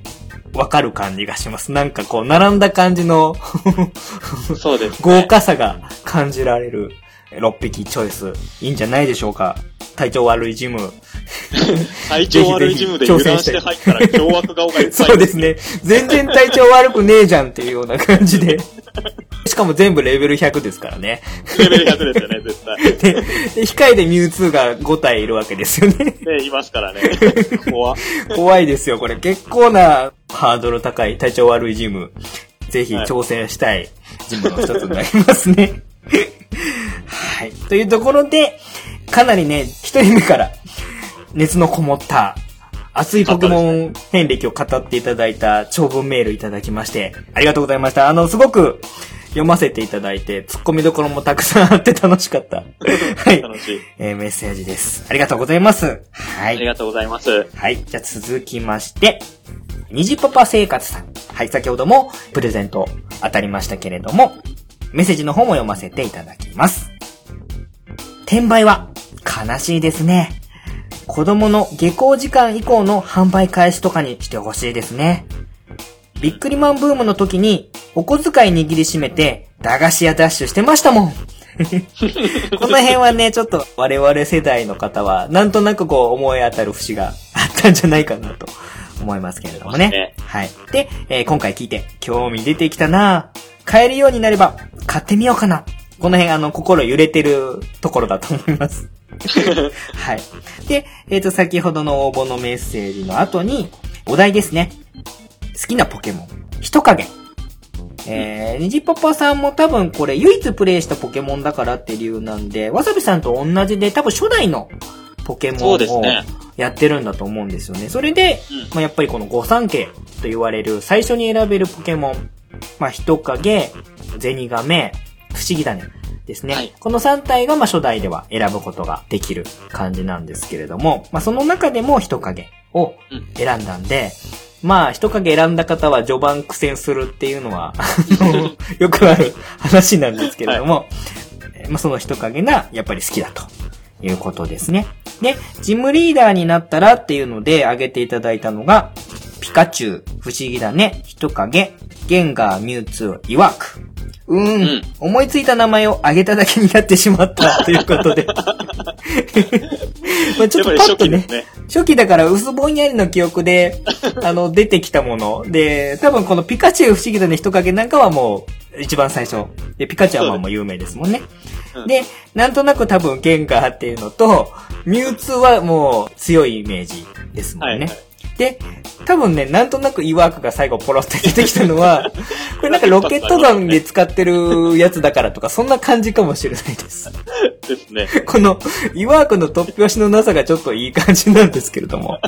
わかる感じがします。なんかこう、並んだ感じのそうです、ね。 豪華さが感じられる6匹チョイス。いいんじゃないでしょうか。体調悪いジム。 体調悪いジムで油断して入ったら凶悪顔がいっぱい。 そうですね。全然体調悪くねえじゃんっていうような感じで。しかも全部レベル100ですからね。 レベル100ですよね、絶対。 で、控えでミュウツーが5体いるわけですよね。 ね、いますからね。 怖いですよ、これ。結構なハードル高い体調悪いジム。ぜひ挑戦したいジムの一つになりますね。はい。というところで、かなりね、一人目から熱のこもった熱いポケモン遍歴を語っていただいた長文メールいただきまして、ありがとうございました。すごく読ませていただいて、突っ込みどころもたくさんあって楽しかった。はい。 楽しい。 メッセージです。ありがとうございます。はい。 ありがとうございます。 はい。じゃあ続きまして、虹パパ生活さん。はい。先ほどもプレゼント当たりましたけれども、メッセージの方も読ませていただきます。転売は悲しいですね。子供の下校時間以降の販売開始とかにしてほしいですね。ビックリマンブームの時にお小遣い握りしめて駄菓子屋ダッシュしてましたもん。この辺はね、ちょっと我々世代の方はなんとなくこう思い当たる節があったんじゃないかなと思いますけれどもね。はい。で、今回聞いて興味出てきたな。買えるようになれば買ってみようかな。この辺心揺れてるところだと思います。はい。で、先ほどの応募のメッセージの後に、お題ですね。好きなポケモン。人影。虹パパさんも多分これ唯一プレイしたポケモンだからって理由なんで、わさびさんと同じで多分初代のポケモンをやってるんだと思うんですよね。それで、まあ、やっぱりこの御三家と言われる最初に選べるポケモン。まあ、人影、ゼニガメ、不思議だね。ですね。はい、この3体が初代では選ぶことができる感じなんですけれども、その中でも人影を選んだんで、人影選んだ方は序盤苦戦するっていうのはよくある話なんですけれども、はい、その人影がやっぱり好きだということですね。で、ジムリーダーになったらっていうので挙げていただいたのが、ピカチュウ、不思議だね、人影、ゲンガー、ミュウツー、イワーク。思いついた名前を挙げただけになってしまったということで。ちょっとパッとね、初期だから薄ぼんやりの記憶で、出てきたもの。で、多分このピカチュウ不思議だね人影なんかはもう一番最初。で、ピカチュウはもう有名ですもんね。で、なんとなく多分ゲンガーっていうのと、ミュウツーはもう強いイメージですもんね。はいはい、で、多分ね、なんとなくイワークが最後ポロって出てきたのは、これなんかロケット弾で使ってるやつだからとか、そんな感じかもしれないです。 ですね。 このイワークの突拍子のなさがちょっといい感じなんですけれども。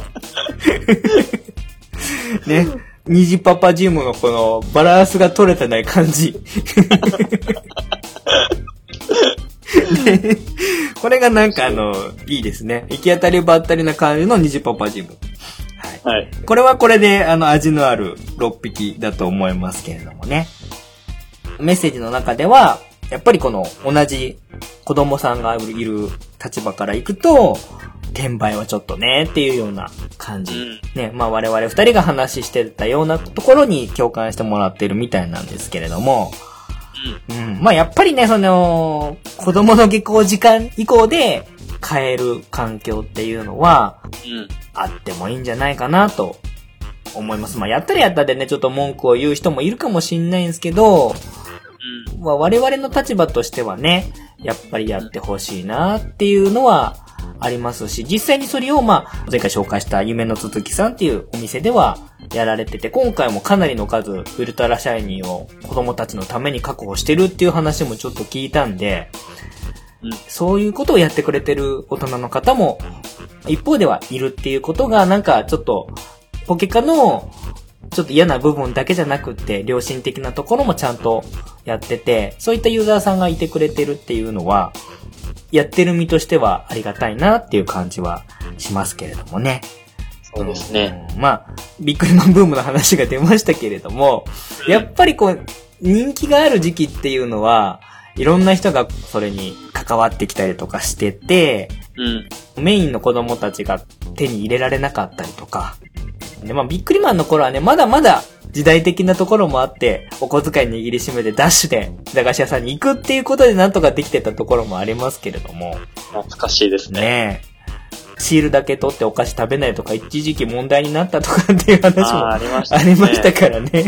ね、虹パパジムのこのバランスが取れてない感じ。でこれがなんかいいですね。行き当たりばったりな感じの虹パパジム。はい。これはこれで、味のある6匹だと思いますけれどもね。メッセージの中では、やっぱりこの同じ子供さんがいる立場から行くと、転売はちょっとねっていうような感じ。ね、我々2人が話してたようなところに共感してもらってるみたいなんですけれども、やっぱりね、子供の下校時間以降で買える環境っていうのは、あってもいいんじゃないかなと思います。やったらやったでね、ちょっと文句を言う人もいるかもしんないんですけど、我々の立場としてはね、やっぱりやってほしいなっていうのはありますし、実際にそれを前回紹介した夢の続きさんっていうお店ではやられてて、今回もかなりの数ウルトラシャイニーを子供たちのために確保してるっていう話もちょっと聞いたんで、そういうことをやってくれてる大人の方も一方ではいるっていうことがなんかちょっとポケカのちょっと嫌な部分だけじゃなくって良心的なところもちゃんとやってて、そういったユーザーさんがいてくれてるっていうのはやってる身としてはありがたいなっていう感じはしますけれどもね。 そうですね。 ビックリマンブームの話が出ましたけれども、やっぱり人気がある時期っていうのはいろんな人がそれに関わってきたりとかしてて、メインの子供たちが手に入れられなかったりとか、 で、ビックリマンの頃はね、まだまだ時代的なところもあって、お小遣い握りしめてダッシュで駄菓子屋さんに行くっていうことでなんとかできてたところもありますけれども。 懐かしいですね。 ねえ。シールだけ取ってお菓子食べないとか一時期問題になったとかっていう話もありましたからね。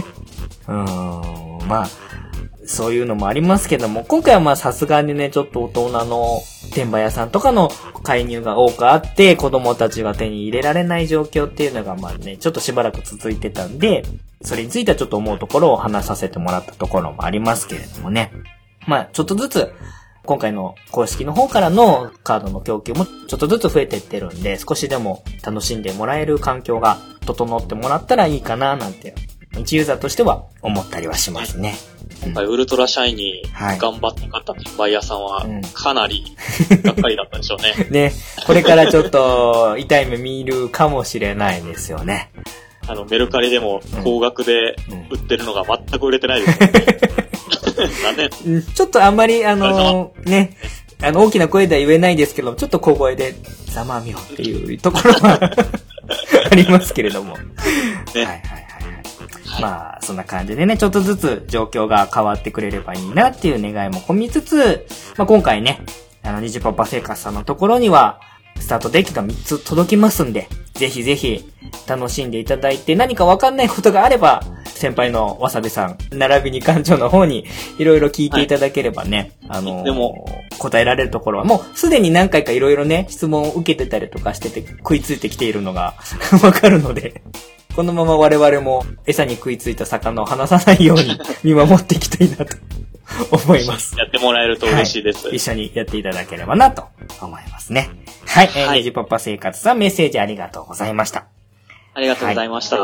そういうのもありますけども、今回はさすがにね、ちょっと大人の転売屋さんとかの介入が多くあって、子供たちが手に入れられない状況っていうのがちょっとしばらく続いてたんで、それについてはちょっと思うところを話させてもらったところもありますけれどもね。ちょっとずつ、今回の公式の方からのカードの供給もちょっとずつ増えていってるんで、少しでも楽しんでもらえる環境が整ってもらったらいいかななんて、一ユーザーとしては思ったりはしますね。 今回ウルトラシャイニー頑張って買った転売屋さんはかなりがっかりだったでしょうね。 ね、これからちょっと痛い目見るかもしれないですよね。 メルカリでも高額で売ってるのが全く売れてないですよね。 ちょっとあんまりね、大きな声では言えないですけど、ちょっと小声でざまみよっていうところはありますけれども。ね、そんな感じでね、ちょっとずつ状況が変わってくれればいいなっていう願いも込みつつ、今回ね、ニジパパ生活さんのところには、スタートデッキが3つ届きますんで、ぜひぜひ楽しんでいただいて、何かわかんないことがあれば、先輩のわさびさん、並びに館長の方にいろいろ聞いていただければね、 でも答えられるところは、もうすでに何回かいろいろね、質問を受けてたりとかしてて、食いついてきているのがわかるので、このまま我々も餌に食いついた魚を離さないように見守っていきたいなと思います。 やってもらえると嬉しいです。 一緒にやっていただければなと思いますね。はい。ニジパパ生活さん、メッセージありがとうございました。 ありがとうございました。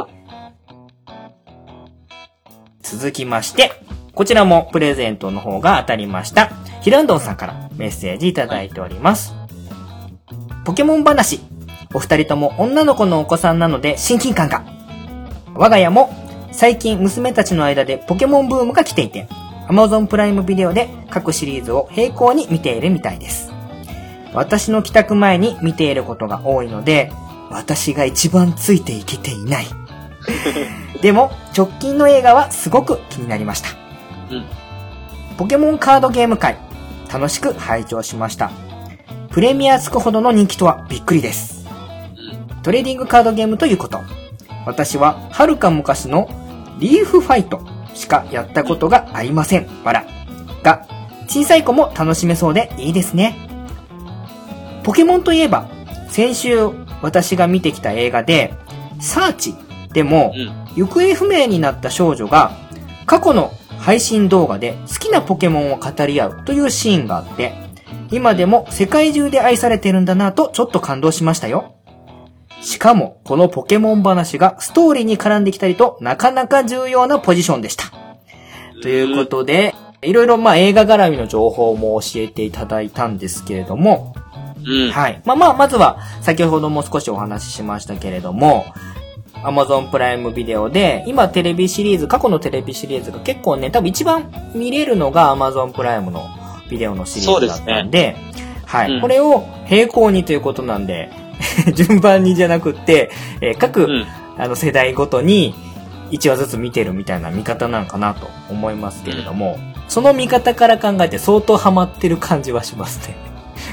続きまして、こちらもプレゼントの方が当たりました。ヒランドンさんからメッセージいただいております。ポケモン話。お二人とも女の子のお子さんなので親近感が。我が家も最近娘たちの間でポケモンブームが来ていて、Amazon プライムビデオで各シリーズを並行に見ているみたいです。私の帰宅前に見ていることが多いので、私が一番ついていけていない。でも直近の映画はすごく気になりました。ポケモンカードゲーム界、楽しく拝聴しました。プレミアつくほどの人気とはびっくりです。トレーディングカードゲームということ。私は遥か昔のリーフファイトしかやったことがありません。が、小さい子も楽しめそうでいいですね。ポケモンといえば、先週私が見てきた映画で、サーチでも、行方不明になった少女が、過去の配信動画で好きなポケモンを語り合うというシーンがあって、今でも世界中で愛されてるんだなとちょっと感動しましたよ。しかも、このポケモン話がストーリーに絡んできたりと、なかなか重要なポジションでした。ということで、いろいろ映画絡みの情報も教えていただいたんですけれども、はい。まずは、先ほども少しお話ししましたけれども、Amazon プライムビデオで、今テレビシリーズ、過去のテレビシリーズが結構ね、多分一番見れるのが Amazon プライムのビデオのシリーズだったんで、はい。これを並行にということなんで、順番にじゃなくって、各、世代ごとに1話ずつ見てるみたいな見方なんかなと思いますけれども、その見方から考えて相当ハマってる感じはしますね。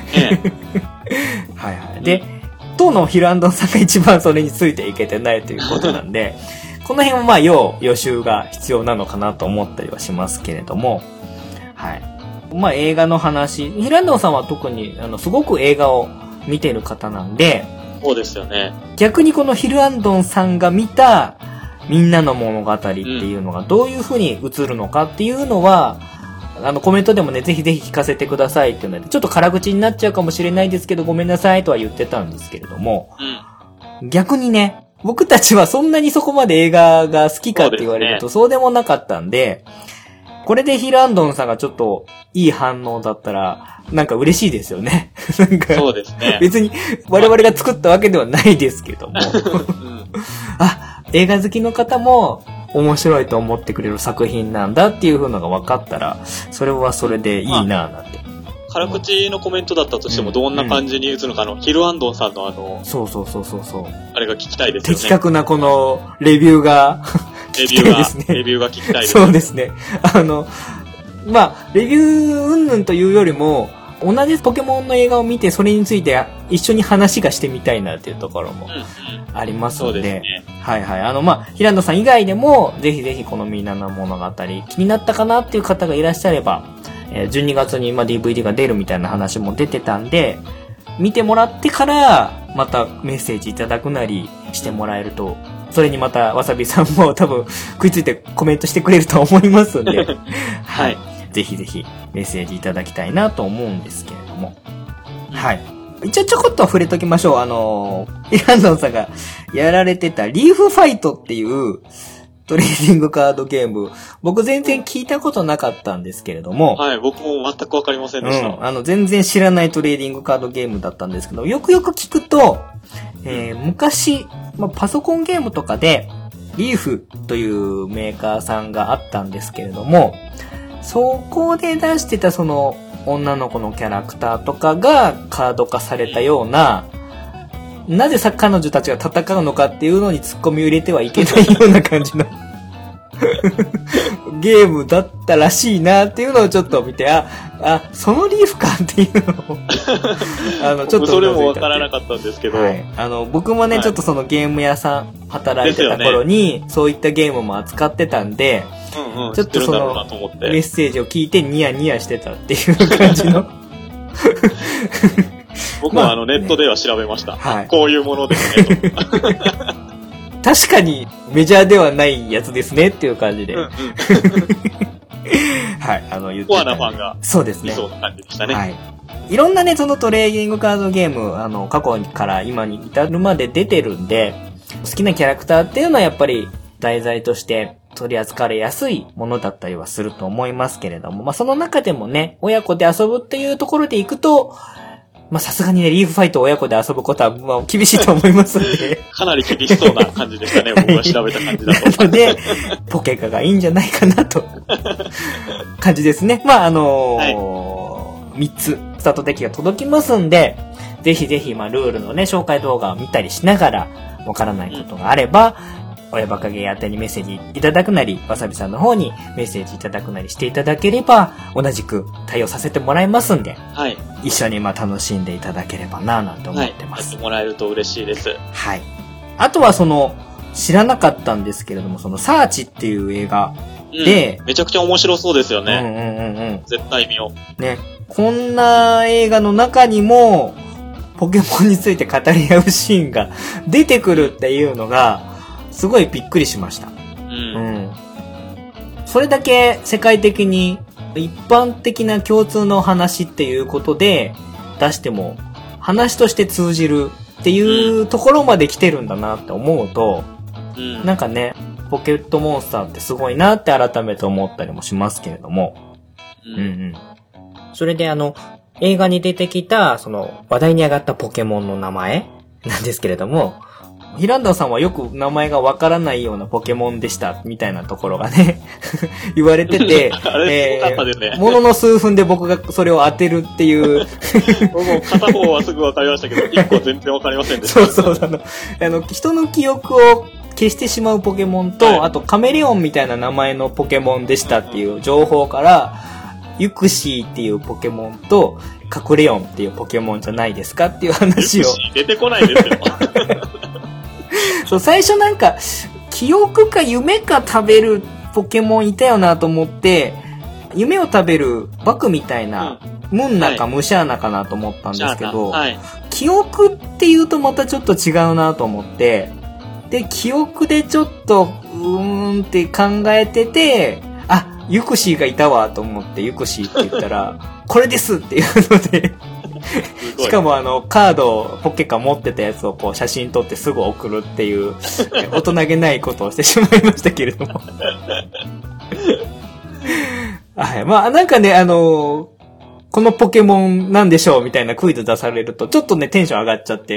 はいはい。で、当のヒルアンドンさんが一番それについていけてないということなんで、この辺は要予習が必要なのかなと思ったりはしますけれども、はい。映画の話、ヒルアンドンさんは特にすごく映画を見てる方なんで、 そうですよね。 逆にこのヒルアンドンさんが見たみんなの物語っていうのがどういう風に映るのかっていうのは、コメントでもね、ぜひぜひ聞かせてくださいっていうので、ちょっと辛口になっちゃうかもしれないですけど、ごめんなさいとは言ってたんですけれども、逆にね、僕たちはそんなにそこまで映画が好きかって言われるとそうでもなかったんで、これでヒルアンドンさんがちょっといい反応だったら、なんか嬉しいですよね。なんかそうですね。 別に我々が作ったわけではないですけども。映画好きの方も面白いと思ってくれる作品なんだっていう風のが分かったら、それはそれでいいなぁなんて辛口のコメントだったとしてもどんな感じに打つのかヒルアンドンさんのそう。 あれが聞きたいですよね。 的確なこのレビューが聞きたいですね。 レビューが聞きたいです。 そうですね。レビュー云々というよりも、同じポケモンの映画を見てそれについて一緒に話がしてみたいなっていうところもありますので、そうですね。はいはい。平野さん以外でも、ぜひぜひこのみんなの物語気になったかなっていう方がいらっしゃれば、12月にDVD が出るみたいな話も出てたんで、見てもらってからまたメッセージいただくなりしてもらえると、それにまたわさびさんも多分食いついてコメントしてくれると思いますんで、はい。ぜひぜひメッセージいただきたいなと思うんですけれども。はい。一応ちょこっと触れときましょう。イランドンさんがやられてたリーフファイトっていうトレーディングカードゲーム。僕全然聞いたことなかったんですけれども。 はい、僕も全くわかりませんでした。 全然知らないトレーディングカードゲームだったんですけど、よくよく聞くと、昔、パソコンゲームとかで、リーフというメーカーさんがあったんですけれども、そこで出してたその女の子のキャラクターとかがカード化されたような、なぜ彼女たちが戦うのかっていうのにツッコミを入れてはいけないような感じのゲームだったらしいなっていうのをちょっと見て、そのリーフかっていうのをちょっとそれもわからなかったんですけど、はい、 僕もね、はい、ちょっとそのゲーム屋さん働いてた頃に、そういったゲームも扱ってたんで、ちょっとそのメッセージを聞いてニヤニヤしてたっていう感じの僕はネットでは調べました。はい、こういうものですねと。 確かにメジャーではないやつですねっていう感じで。はい、 言ってた。コアなファンが。 そうですね。 そうな感じでしたね。はい。 いろんなね、そのトレーディングカードゲーム、過去から今に至るまで出てるんで、好きなキャラクターっていうのはやっぱり題材として取り扱われやすいものだったりはすると思いますけれども、その中でもね、親子で遊ぶっていうところで行くと、さすがにね、リーフファイトを親子で遊ぶことは、厳しいと思いますので。 かなり厳しそうな感じでしたね、僕が調べた感じだと。 なので、ポケカがいいんじゃないかなと。感じですね。はい、3つ、スタートデッキが届きますんで、ぜひぜひ、ルールのね、紹介動画を見たりしながら、わからないことがあれば、親バカゲー宛てにメッセージいただくなり、わさびさんの方にメッセージいただくなりしていただければ、同じく対応させてもらいますんで、はい、一緒に楽しんでいただければなぁなんて思ってます。 やってもらえると嬉しいです。 はい。あとは知らなかったんですけれども、サーチっていう映画で、 めちゃくちゃ面白そうですよね。絶対見よう。ね。こんな映画の中にも、ポケモンについて語り合うシーンが出てくるっていうのが、すごいびっくりしました。それだけ世界的に一般的な共通の話っていうことで出しても話として通じるっていうところまで来てるんだなって思うと、なんかね、ポケットモンスターってすごいなって改めて思ったりもしますけれども。それで映画に出てきた話題に上がったポケモンの名前なんですけれども、ヒランダさんはよく名前がわからないようなポケモンでしたみたいなところがね言われてて、ものの数分で僕がそれを当てるっていうもう片方はすぐわかりましたけど、一個は全然わかりませんでした。 そう人の記憶を消してしまうポケモンと、あとカメレオンみたいな名前のポケモンでしたっていう情報から、ユクシーっていうポケモンとカクレオンっていうポケモンじゃないですかっていう話を。ユクシー出てこないですよ。 最初なんか、記憶か夢か食べるポケモンいたよなと思って、夢を食べるバクみたいな、ムンナかムシャーナかなと思ったんですけど、記憶って言うとまたちょっと違うなと思って、で、記憶でちょっと、って考えてて、ユクシーがいたわと思ってユクシーって言ったら、これですっていうので、しかもカード、ポケカ持ってたやつを写真撮ってすぐ送るっていう、大人げないことをしてしまいましたけれども。はい。なんかね、このポケモンなんでしょうみたいなクイズ出されると、ちょっとね、テンション上がっちゃって、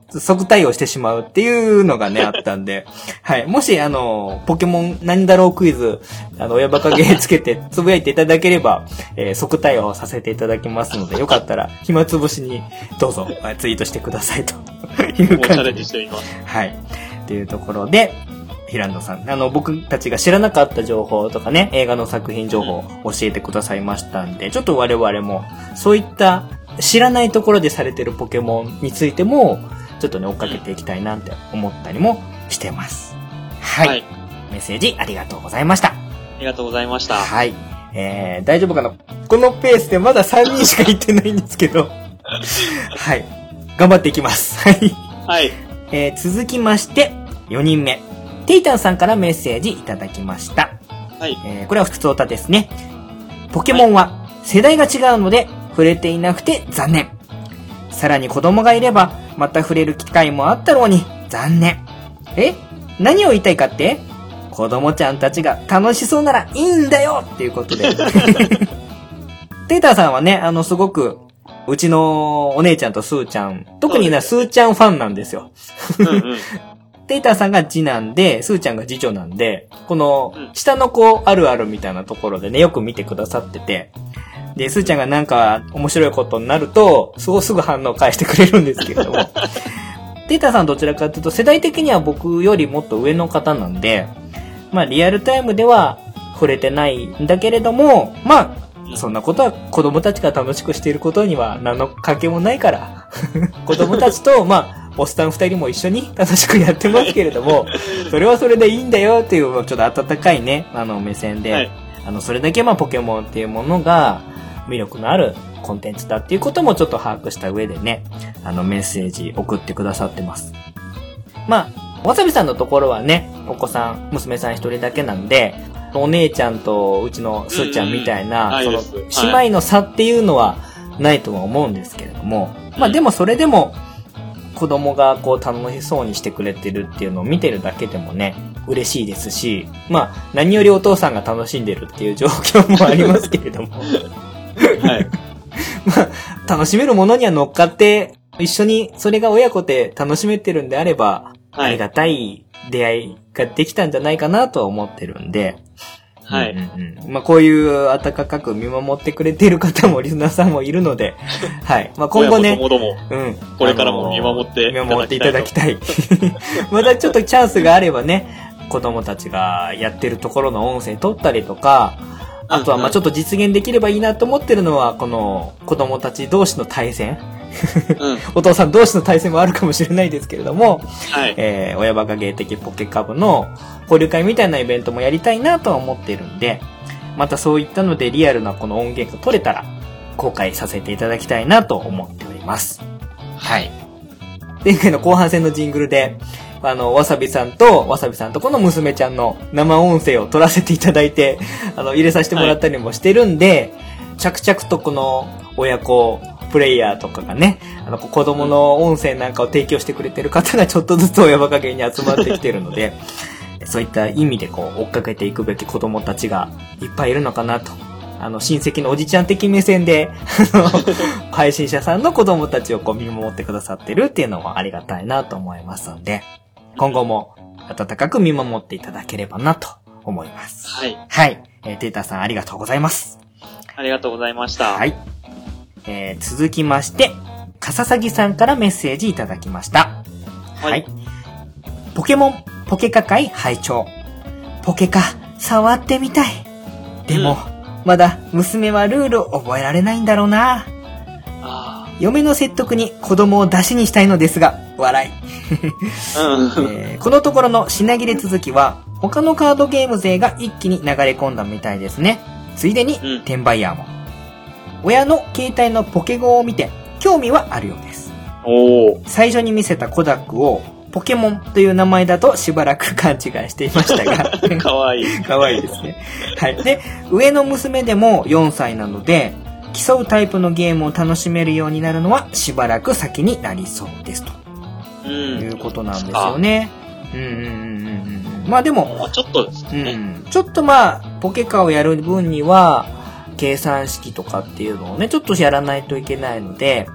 即対応してしまうっていうのがね、あったんで、はい。もし、ポケモン何だろうクイズ、親バカゲーつけてつぶやいていただければ、即対応させていただきますので、よかったら、暇つぶしにどうぞ、ツイートしてくださいという感じで。チャレンジしてみます。はい。というところで、平野さん、僕たちが知らなかった情報とかね、映画の作品情報を教えてくださいましたんで、ちょっと我々も、そういった知らないところでされてるポケモンについても、ちょっとね、追っかけていきたいなって思ったりもしてます。はい。はい、メッセージありがとうございました。ありがとうございました。 はい。大丈夫かな？このペースでまだ3人しか行ってないんですけど。はい。頑張っていきます。はい。はい。続きまして、4人目。テイタンさんからメッセージいただきました。はい。これは普通歌ですね。ポケモンは世代が違うので触れていなくて残念。さらに子供がいればまた触れる機会もあったろうに残念。何を言いたいかって？子供ちゃんたちが楽しそうならいいんだよっていうことで。テイタンさんはね、すごくうちのお姉ちゃんとスーちゃん、特にね、スーちゃんファンなんですよ。テイターさんが次男で、スーちゃんが次女なんで、この、下の子あるあるみたいなところでね、よく見てくださってて、で、スーちゃんがなんか面白いことになると、すぐ反応返してくれるんですけれども、テイターさんどちらかというと、世代的には僕よりもっと上の方なんで、まあリアルタイムでは触れてないんだけれども、まあ、そんなことは子供たちが楽しくしていることには何の関係もないから、子供たちと、まあ、おっさん二人も一緒に楽しくやってますけれども、それはそれでいいんだよっていう、ちょっと温かいね、目線で、はい、それだけポケモンっていうものが魅力のあるコンテンツだっていうこともちょっと把握した上でね、メッセージ送ってくださってます。まあ、わさびさんのところはね、お子さん、娘さん一人だけなんで、お姉ちゃんとうちのすーちゃんみたいな、その、姉妹の差っていうのはないとは思うんですけれども、まあでもそれでも、子供がこう楽しそうにしてくれてるっていうのを見てるだけでもね、嬉しいですし、まあ何よりお父さんが楽しんでるっていう状況もありますけれども。はい。まあ、楽しめるものには乗っかって、一緒にそれが親子で楽しめてるんであれば、ありがたい出会いができたんじゃないかなとは思ってるんで、はい。まあ、こういう温かく見守ってくれている方もリスナーさんもいるので、はい。まあ、今後ね、 これからも見守っていただきたい。またちょっとチャンスがあればね、子供たちがやってるところの音声撮ったりとか、あとはまあちょっと実現できればいいなと思ってるのは、この子供たち同士の対戦。お父さん同士の対戦もあるかもしれないですけれども、はい、親バカ芸的ポケカブの交流会みたいなイベントもやりたいなとは思っているんで、またそういったのでリアルなこの音源が取れたら公開させていただきたいなと思っております。はい。前回の後半戦のジングルで、わさびさんとこの娘ちゃんの生音声を取らせていただいて、入れさせてもらったりもしてるんで、着々とこの親子プレイヤーとかがね、子供の音声なんかを提供してくれてる方がちょっとずつ親バカ芸に集まってきてるので、そういった意味でこう追っかけていくべき子供たちがいっぱいいるのかなと。親戚のおじちゃん的目線で、配信者さんの子供たちをこう見守ってくださってるっていうのもありがたいなと思いますので、今後も温かく見守っていただければなと思います。はい。はい。テータさんありがとうございます。 ありがとうございました。 はい。続きまして、かささぎさんからメッセージいただきました。はい。ポケモン、ポケカ会拝聴。ポケカ、触ってみたい。でも、まだ娘はルールを覚えられないんだろうな。嫁の説得に子供を出しにしたいのですが、笑い。このところの品切れ続きは、他のカードゲーム勢が一気に流れ込んだみたいですね。ついでに、転売ヤーも。親の携帯のポケゴを見て興味はあるようです。最初に見せたコダックをポケモンという名前だとしばらく勘違いしていましたがかわいいかわいいですね。はい。で、上の娘でも4歳なので競うタイプのゲームを楽しめるようになるのはしばらく先になりそうですということなんですよね。まあでもちょっとですね。 ちょっとまあポケカをやる分には計算式とかっていうのをね、ちょっとやらないといけないので、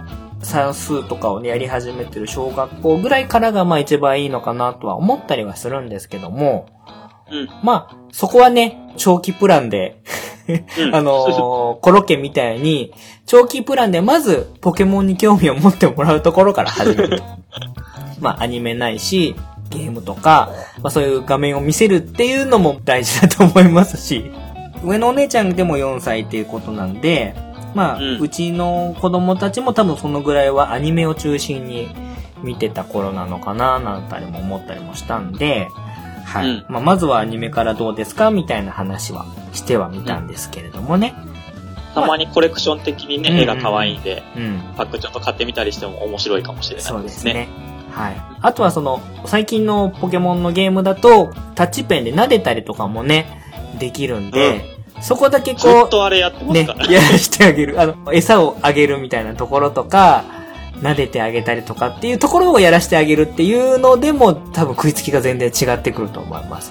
算数とかをね、やり始めてる小学校ぐらいからがまあ一番いいのかなとは思ったりはするんですけども、まあ、そこはね、長期プランで、コロケみたいに、長期プランでまずポケモンに興味を持ってもらうところから始める。まあ、アニメないし、ゲームとか、まあそういう画面を見せるっていうのも大事だと思いますし、上のお姉ちゃんでも4歳っていうことなんで、まあ、うちの子供たちも多分そのぐらいはアニメを中心に見てた頃なのかな、なんたりも思ったりもしたんで、はい。まあ、まずはアニメからどうですかみたいな話はしてはみたんですけれどもね。 たまにコレクション的にね、絵が可愛いんで、パックちょっと買ってみたりしても面白いかもしれないですね。そうですね。 はい。あとは最近のポケモンのゲームだと、タッチペンで撫でたりとかもね、できるんで、そこだけこう、ずっとあれやってますからね。やらしてあげる。餌をあげるみたいなところとか、撫でてあげたりとかっていうところをやらしてあげるっていうのでも、多分食いつきが全然違ってくると思います。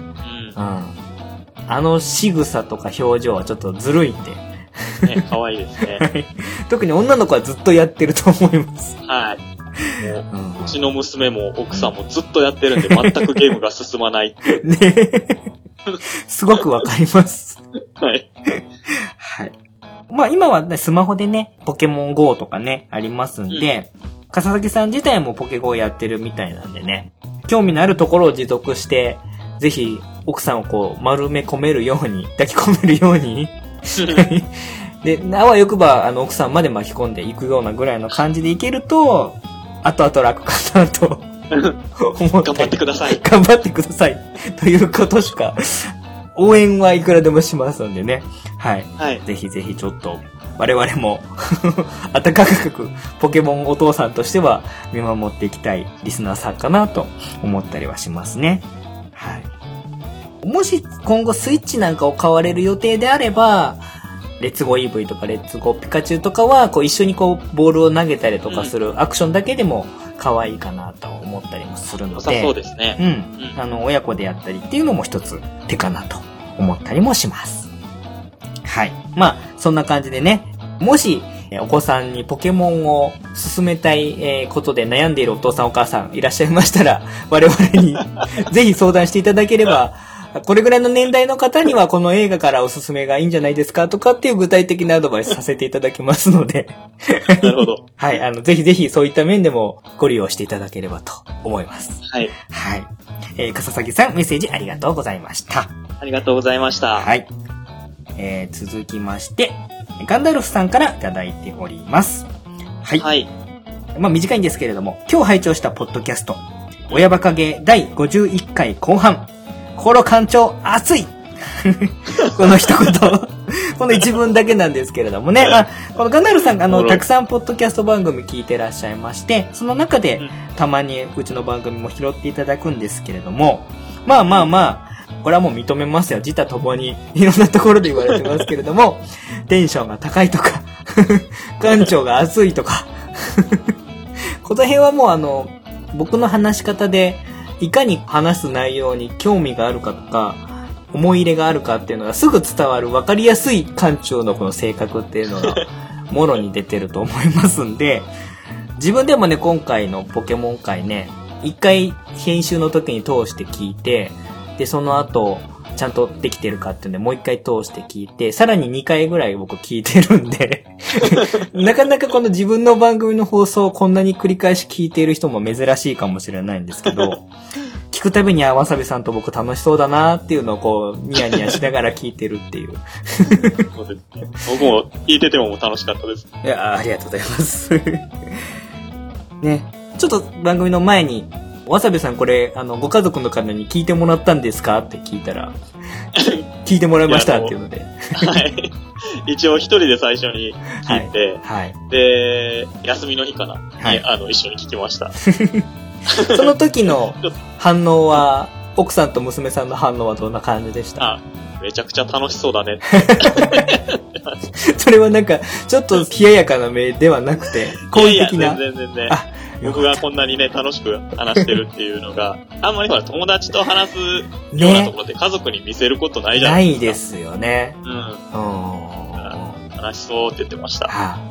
仕草とか表情はちょっとずるいんで。 ね、可愛いですね。 特に女の子はずっとやってると思います。 はい。うちの娘も奥さんもずっとやってるんで、全くゲームが進まないっていう。 ねすごくわかります。 はい。 はい。まあ今はね、スマホでね、ポケモン GO とかね、ありますんで、笠崎さん自体もポケ GO やってるみたいなんでね、興味のあるところを持続して、ぜひ奥さんをこう丸め込めるように、抱き込めるように、で、あわよくば奥さんまで巻き込んでいくようなぐらいの感じでいけると、後々楽かなと思って。 頑張ってください。 頑張ってください。ということしか、応援はいくらでもしますんでね。はい。はい、ぜひぜひちょっと、我々も、温かくポケモンお父さんとしては見守っていきたいリスナーさんかなと思ったりはしますね。はい。もし今後スイッチなんかを買われる予定であれば、レッツゴー EV とかレッツゴーピカチュウとかは、こう一緒にこうボールを投げたりとかするアクションだけでも可愛いかなと思ったりもするので。 そうですね。 親子でやったりっていうのも一つ手かなと思ったりもします。はい。まあ、そんな感じでね、もし、お子さんにポケモンを進めたい、ことで悩んでいるお父さんお母さんいらっしゃいましたら、我々にぜひ相談していただければ、これぐらいの年代の方にはこの映画からおすすめがいいんじゃないですかとかっていう具体的なアドバイスさせていただきますので。 なるほど。 はい。ぜひぜひそういった面でもご利用していただければと思います。 はい。 はい。笠崎さん、メッセージありがとうございました。 ありがとうございました。 はい。続きまして、ガンダルフさんからいただいております。はい。はい。まあ短いんですけれども、今日拝聴したポッドキャスト、親バカゲー第51回後半、コロ館長熱いこの一言、この一文だけなんですけれどもね、このガンダルフさんがたくさんポッドキャスト番組聞いてらっしゃいまして、その中でたまにうちの番組も拾っていただくんですけれども、まあ、これはもう認めますよ。自他ともにいろんなところで言われてますけれども、テンションが高いとか、館長が熱いとか、この辺はもう僕の話し方で、いかに話す内容に興味があるかとか、思い入れがあるかっていうのがすぐ伝わる分かりやすい館長のこの性格っていうのが、もろに出てると思いますんで、自分でもね、今回のポケモン回ね、一回編集の時に通して聞いて、で、その後、ちゃんとできてるかっていうんで、もう一回通して聞いて、さらに2回ぐらい僕聞いてるんで、なかなかこの自分の番組の放送をこんなに繰り返し聞いている人も珍しいかもしれないんですけど、聞くたびにわさびさんと僕楽しそうだなっていうのをこう、ニヤニヤしながら聞いてるっていう。 そうですね。僕も聞いてても楽しかったです。 いや、ありがとうございます。ね、ちょっと番組の前に、わさびさんこれ、ご家族の方に聞いてもらったんですかって聞いたら、聞いてもらいましたっていうので。 はい。一応一人で最初に聞いて、はい。で、休みの日かな、はい、一緒に聞きました。 その時の反応は、奥さんと娘さんの反応はどんな感じでした？ めちゃくちゃ楽しそうだね。 それはなんか、ちょっと冷ややかな目ではなくて、好意的な。 全然。僕がこんなにね、楽しく話してるっていうのが、あんまりほら、友達と話すようなところで家族に見せることないじゃないですか。 ないですよね。 楽しそうって言ってました。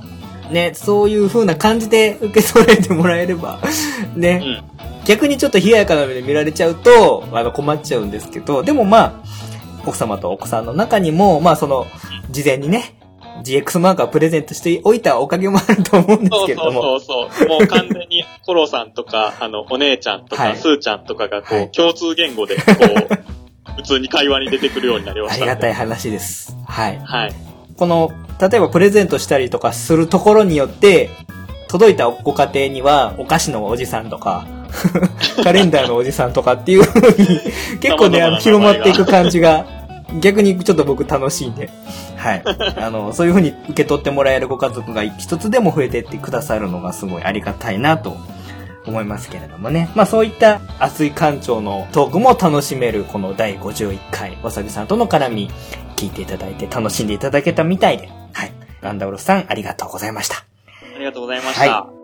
ね、そういう風な感じで受け取れてもらえれば、ね、逆にちょっと冷ややかな目で見られちゃうと、困っちゃうんですけど、でもまあ、奥様とお子さんの中にも、まあ事前にね、GX マーカープレゼントしておいたおかげもあると思うんですけれども。 そう。もう完全にコロさんとか、お姉ちゃんとか、スーちゃんとかが共通言語で、普通に会話に出てくるようになりました。 ありがたい話です。はい。 はい。 例えばプレゼントしたりとかするところによって、届いたご家庭には、お菓子のおじさんとか、カレンダーのおじさんとかっていう風に、結構ね、広まっていく感じが、逆にちょっと僕楽しいんで、はい。そういう風に受け取ってもらえるご家族が一つでも増えていってくださるのがすごいありがたいなと思いますけれどもね。まあそういった熱い館長のトークも楽しめるこの第51回わさびさんとの絡み聞いていただいて楽しんでいただけたみたいで、はい。ランダウルスさんありがとうございました。 ありがとうございました。はい、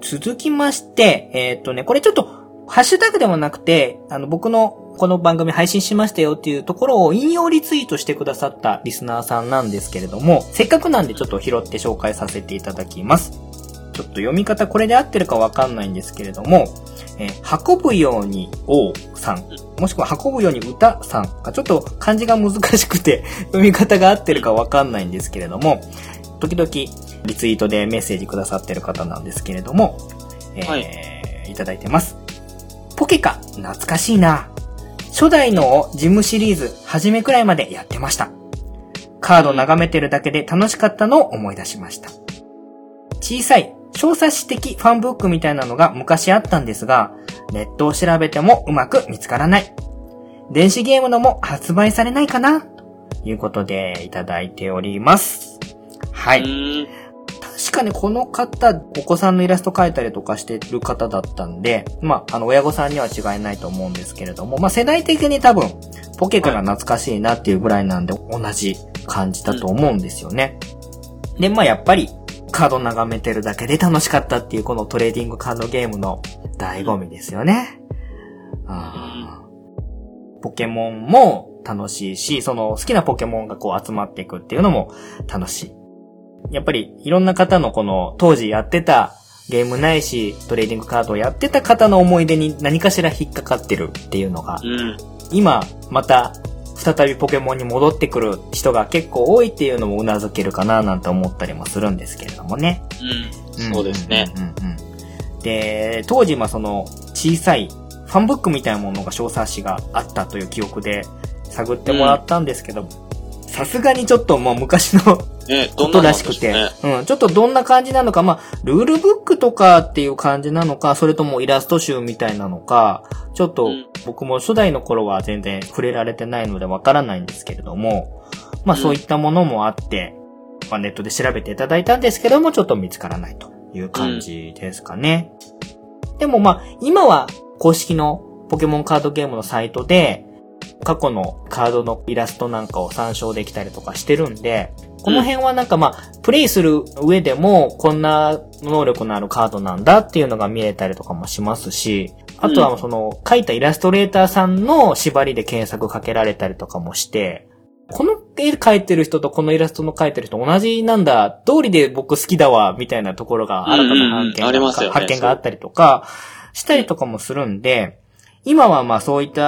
続きまして、これちょっとハッシュタグでもなくて、僕のこの番組配信しましたよっていうところを引用リツイートしてくださったリスナーさんなんですけれども、せっかくなんでちょっと拾って紹介させていただきます。ちょっと読み方これで合ってるかわかんないんですけれども、運ぶように王さん、もしくは運ぶように歌さんがちょっと漢字が難しくて読み方が合ってるかわかんないんですけれども、時々リツイートでメッセージくださってる方なんですけれども、いただいてます。ポケカ懐かしいな。初代のをジムシリーズ初めくらいまでやってました。カード眺めてるだけで楽しかったのを思い出しました。小さい小冊子的ファンブックみたいなのが昔あったんですが、ネットを調べてもうまく見つからない。電子ゲームのも発売されないかなということでいただいております。はい。確かにこの方、お子さんのイラスト描いたりとかしてる方だったんで、親御さんには違いないと思うんですけれども、世代的に多分、ポケカが懐かしいなっていうぐらいなんで、同じ感じだと思うんですよね。で、やっぱり、カード眺めてるだけで楽しかったっていう、このトレーディングカードゲームの醍醐味ですよね。ポケモンも楽しいし、好きなポケモンが集まっていくっていうのも楽しい。やっぱりいろんな方の当時やってたゲームないしトレーディングカードをやってた方の思い出に何かしら引っかかってるっていうのが、今また再びポケモンに戻ってくる人が結構多いっていうのも頷けるかななんて思ったりもするんですけれどもね。 そうですね。 で、当時小さいファンブックみたいなものが小冊子があったという記憶で探ってもらったんですけど、さすがにちょっともう昔のことらしくて、ちょっとどんな感じなのか、ルールブックとかっていう感じなのか、それともイラスト集みたいなのか、ちょっと僕も初代の頃は全然触れられてないのでわからないんですけれども、そういったものもあって、ネットで調べていただいたんですけども、ちょっと見つからないという感じですかね。でも今は公式のポケモンカードゲームのサイトで、過去のカードのイラストなんかを参照できたりとかしてるんで、この辺はプレイする上でも、こんな能力のあるカードなんだっていうのが見えたりとかもしますし、あとは描いたイラストレーターさんの縛りで検索かけられたりとかもして、この絵描いてる人とこのイラストの描いてる人同じなんだ、通りで僕好きだわ、みたいなところが新たな発見があったりとか、したりとかもするんで、今はそういった、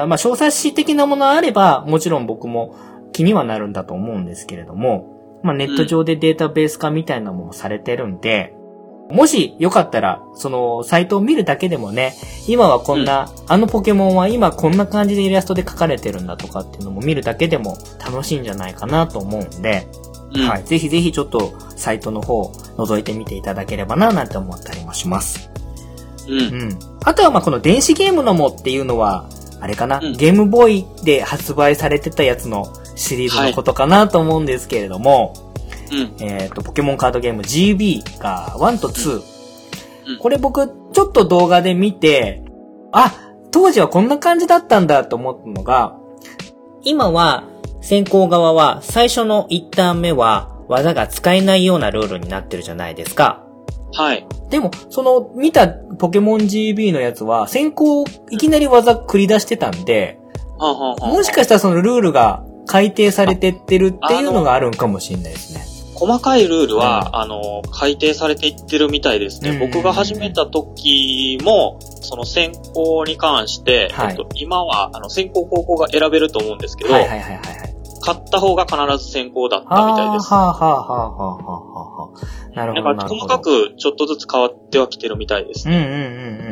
小冊子的なものあれば、もちろん僕も気にはなるんだと思うんですけれども、ネット上でデータベース化みたいなものされてるんで、もしよかったら、サイトを見るだけでもね、今はこんな、あのポケモンは今こんな感じでイラストで描かれてるんだとかっていうのも見るだけでも楽しいんじゃないかなと思うんで、はい、ぜひぜひちょっとサイトの方を覗いてみていただければななんて思ったりもします。あとはこの電子ゲームのもっていうのは、あれかな、ゲームボーイで発売されてたやつのシリーズのことかなと思うんですけれども、ポケモンカードゲーム GB が1と2。これ僕ちょっと動画で見て、当時はこんな感じだったんだと思ったのが、今は先行側は最初の1ターン目は技が使えないようなルールになってるじゃないですか。 はい。 でも、見たポケモン GB のやつは、先行いきなり技繰り出してたんで、もしかしたらルールが改定されてってるっていうのがあるんかもしれないですね。 細かいルールは、改定されていってるみたいですね。僕が始めた時も、その専攻に関して、はい、今は、専攻高校が選べると思うんですけど、はいはいはいはい。買った方が必ず専攻だったみたいです。はあはあはあはあはあはあ。なるほど。だから細かくちょっとずつ変わってはきてるみたいですね。うんうんうんうん。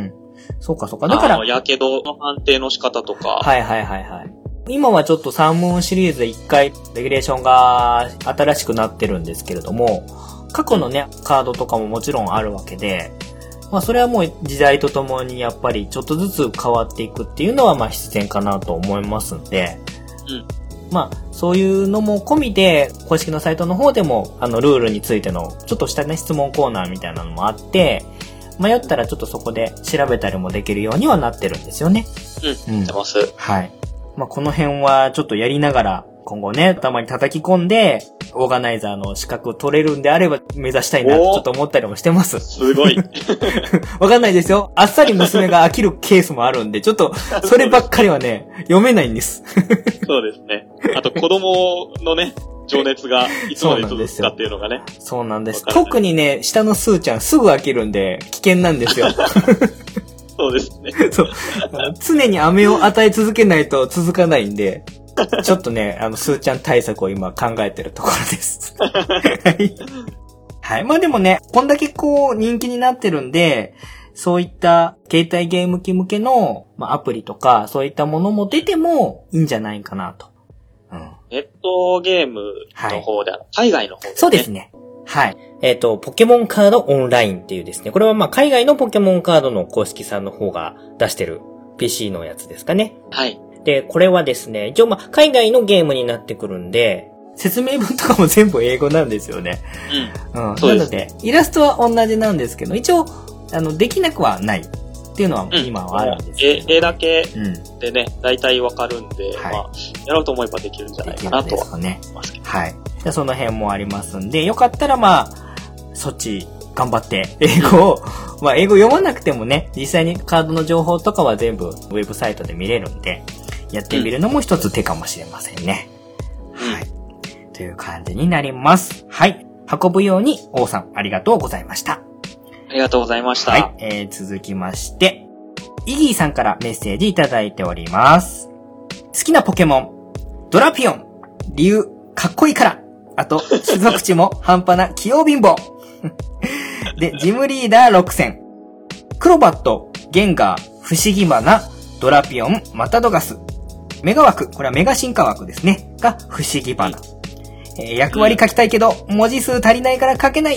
そうかそうか。だから。 やけどの判定の仕方とか。 はいはいはいはい。今はちょっとサーモンシリーズで1回レギュレーションが新しくなってるんですけれども、過去のね、カードとかももちろんあるわけで、まあそれはもう時代とともにやっぱりちょっとずつ変わっていくっていうのはまあ必然かなと思いますんで、うん。まあそういうのも込みで公式のサイトの方でもルールについてのちょっとしたね質問コーナーみたいなのもあって、迷ったらちょっとそこで調べたりもできるようにはなってるんですよね。 うん。出ます。 はい。まあ、この辺はちょっとやりながら、今後ね、頭に叩き込んで、オーガナイザーの資格取れるんであれば目指したいなとちょっと思ったりもしてます。 すごい。 わかんないですよ。あっさり娘が飽きるケースもあるんで、ちょっと、そればっかりはね、読めないんです。 そうですね。あと子供のね、情熱がいつまで続くかっていうのがね。 そうなんです。特にね、下のスーちゃんすぐ飽きるんで、危険なんですよ。 そうですね。 そう。常に飴を与え続けないと続かないんで、ちょっとね、スーちゃん対策を今考えてるところです。はい。はい。まあでもね、こんだけこう人気になってるんで、そういった携帯ゲーム機向けの、まあ、アプリとか、そういったものも出てもいいんじゃないかなと。 うん。ネットゲームの方で、はい、海外の方ですね。 そうですね。はい。ポケモンカードオンラインっていうですね。これはまあ海外のポケモンカードの公式さんの方が出してる PC のやつですかね。 はい。 で、これはですね、一応まあ海外のゲームになってくるんで、説明文とかも全部英語なんですよね。うん。なので、イラストは同じなんですけど、一応、できなくはないっていうのは今はあるんですけど、 絵だけでね、大体わかるんで、はい、まあ、やろうと思えばできるんじゃないかなとは思いますけど。 はい。その辺もありますんで、よかったらまあ、そっち頑張って英語を、まあ英語読まなくてもね、実際にカードの情報とかは全部ウェブサイトで見れるんで、やってみるのも一つ手かもしれませんね。はい。という感じになります。はい。運ぶように王さんありがとうございました。 ありがとうございました。 はい。続きまして、イギーさんからメッセージいただいております。好きなポケモン、ドラピオン、理由、かっこいいから。あと、種族値も半端な器用貧乏。で、ジムリーダー6選。クロバット、ゲンガー、不思議花、ドラピオン、マタドガス。メガ枠、これはメガ進化枠ですね。が、不思議花。役割書きたいけど、文字数足りないから書けない。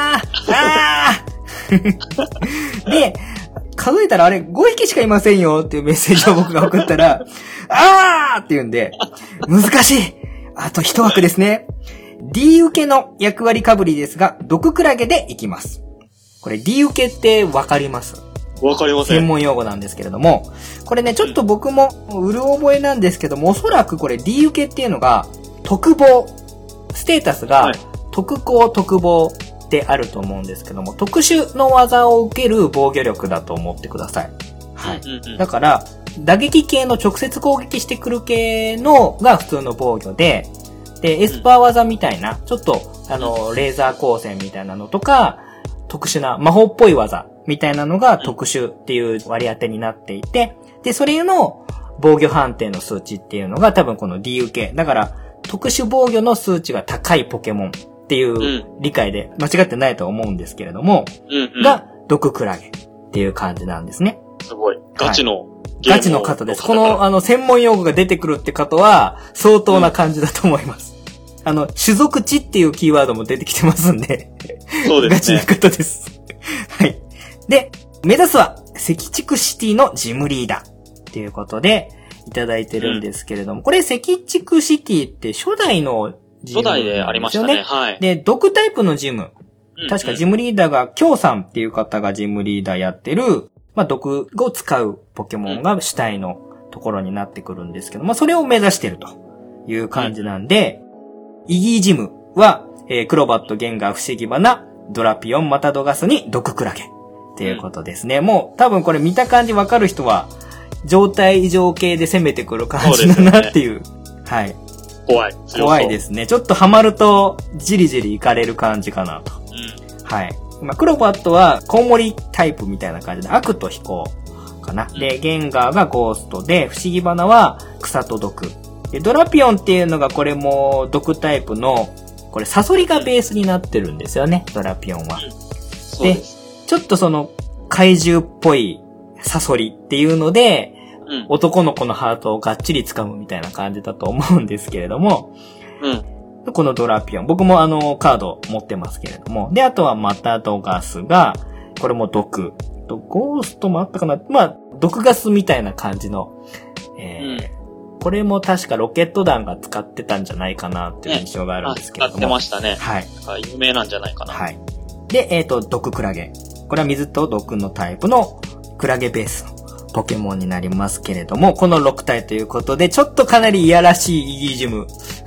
で、数えたらあれ5匹しかいませんよっていうメッセージを僕が送ったら、って言うんで、難しい。あと1枠ですね。D 受けの役割かぶりですが、毒クラゲでいきます。これ D 受けってわかります？ わかりません。 専門用語なんですけれども、これね、ちょっと僕もうる覚えなんですけども、おそらくこれ D 受けっていうのが、特防、ステータスが特攻特防であると思うんですけども、特殊の技を受ける防御力だと思ってください。はい。だから、打撃系の直接攻撃してくる系のが普通の防御で、で、エスパー技みたいな、ちょっと、レーザー光線みたいなのとか、特殊な魔法っぽい技みたいなのが特殊っていう割り当てになっていて、で、それの防御判定の数値っていうのが多分この D 受け。だから、特殊防御の数値が高いポケモンっていう理解で間違ってないと思うんですけれども、が、毒クラゲっていう感じなんですね。 すごい。ガチの、 ガチの方です。この、専門用語が出てくるって方は、相当な感じだと思います。種族値っていうキーワードも出てきてますんで。 そうですね。 ガチな方です。はい。で、目指すは、赤畜シティのジムリーダーっていうことで、いただいてるんですけれども、これ赤畜シティって初代のジム、 初代でありましたね。はい。 で、毒タイプのジム。確かジムリーダーが、キョウさんっていう方がジムリーダーやってる、まあ、毒を使うポケモンが主体のところになってくるんですけど、まあ、それを目指してるという感じなんで、イギージムは、クロバット、ゲンガー、不思議花、ドラピオン、マタドガスに毒クラゲっていうことですね。もう多分これ見た感じわかる人は、状態異常系で攻めてくる感じだなっていう。はい。 怖い。 怖いですね。ちょっとハマると、じりじりいかれる感じかなと。はい。まあ、クロバットは、コウモリタイプみたいな感じで、悪と飛行かな。で、ゲンガーがゴーストで、不思議花は草と毒。で、ドラピオンっていうのがこれも毒タイプの、これサソリがベースになってるんですよね、ドラピオンは。で、ちょっとその怪獣っぽいサソリっていうので、男の子のハートをがっちり掴むみたいな感じだと思うんですけれども、このドラピオン、僕もカード持ってますけれども、で、あとはマタドガスが、これも毒。ゴーストもあったかな、まあ、毒ガスみたいな感じの、これも確かロケット弾が使ってたんじゃないかなっていう印象があるんですけれども。 使ってましたね。 はい。 有名なんじゃないかな。 はい。で、毒クラゲ。これは水と毒のタイプのクラゲベースのポケモンになりますけれども、この6体ということで、ちょっとかなりいやらしいイギージム。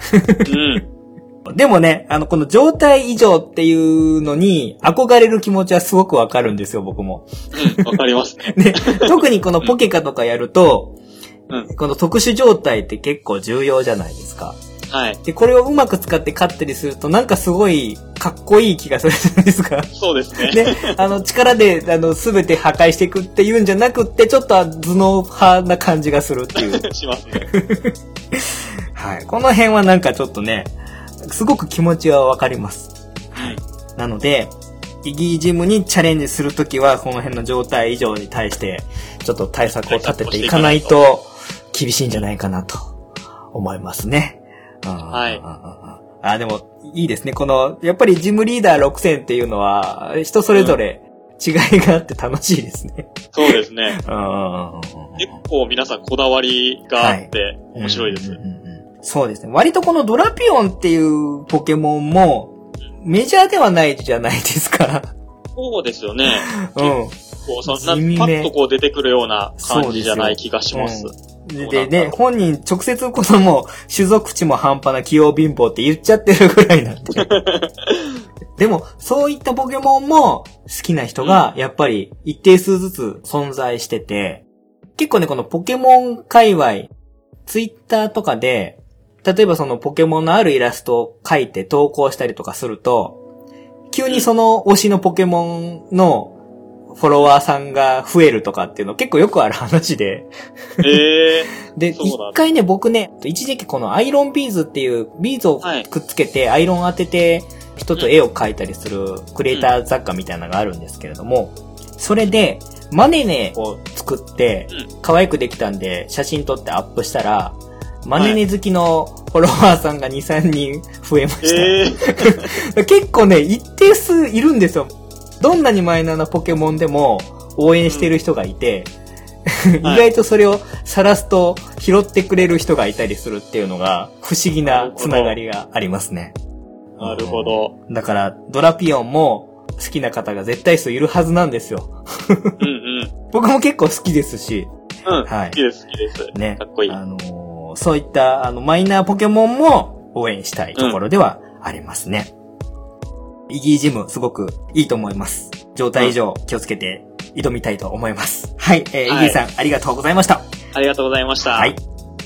でもね、この状態異常っていうのに憧れる気持ちはすごくわかるんですよ、僕も。 わかりますね。 で、特にこのポケカとかやると、この特殊状態って結構重要じゃないですか。 はい。 で、これをうまく使って勝ったりすると、なんかすごいかっこいい気がするじゃないですか。 そうですね。 で、力で、すべて破壊していくっていうんじゃなくって、ちょっと頭脳派な感じがするっていう。 しますね。 はい。この辺はなんかちょっとね、すごく気持ちはわかります。はい。なので、イギージムにチャレンジするときは、この辺の状態以上に対して、ちょっと対策を立てていかないと、厳しいんじゃないかなと思いますね。 はい。 でも、いいですね。この、やっぱりジムリーダー6000っていうのは、人それぞれ違いがあって楽しいですね。 そうですね。結構皆さんこだわりがあって、面白いです。 そうですね。割とこのドラピオンっていうポケモンも、メジャーではないじゃないですか。 そうですよね。パッとこう出てくるような感じじゃない気がします。 でね、本人直接このもう、種族値も半端な器用貧乏って言っちゃってるぐらいなんで。でも、そういったポケモンも好きな人が、やっぱり一定数ずつ存在してて、結構ね、このポケモン界隈、ツイッターとかで、例えばそのポケモンのあるイラストを描いて投稿したりとかすると、急にその推しのポケモンのフォロワーさんが増えるとかっていうの結構よくある話で。で、一回ね、僕ね、一時期このアイロンビーズっていうビーズをくっつけてアイロン当てて人と絵を描いたりするクリエイター雑貨みたいなのがあるんですけれども、それでマネネを作って可愛くできたんで写真撮ってアップしたら、マネネ好きのフォロワーさんが2、3人増えました。結構ね、一定数いるんですよ。どんなにマイナーなポケモンでも応援してる人がいて、意外とそれを晒すと拾ってくれる人がいたりするっていうのが不思議なつながりがありますね。 なるほど。 だからドラピオンも好きな方が絶対数いるはずなんですよ。僕も結構好きですし。 はい。好きです。 ね。 かっこいい。 そういったマイナーポケモンも応援したいところではありますね。イギージムすごくいいと思います。状態以上気をつけて挑みたいと思います。はい、イギーさんありがとうございました。 ありがとうございました。 はい。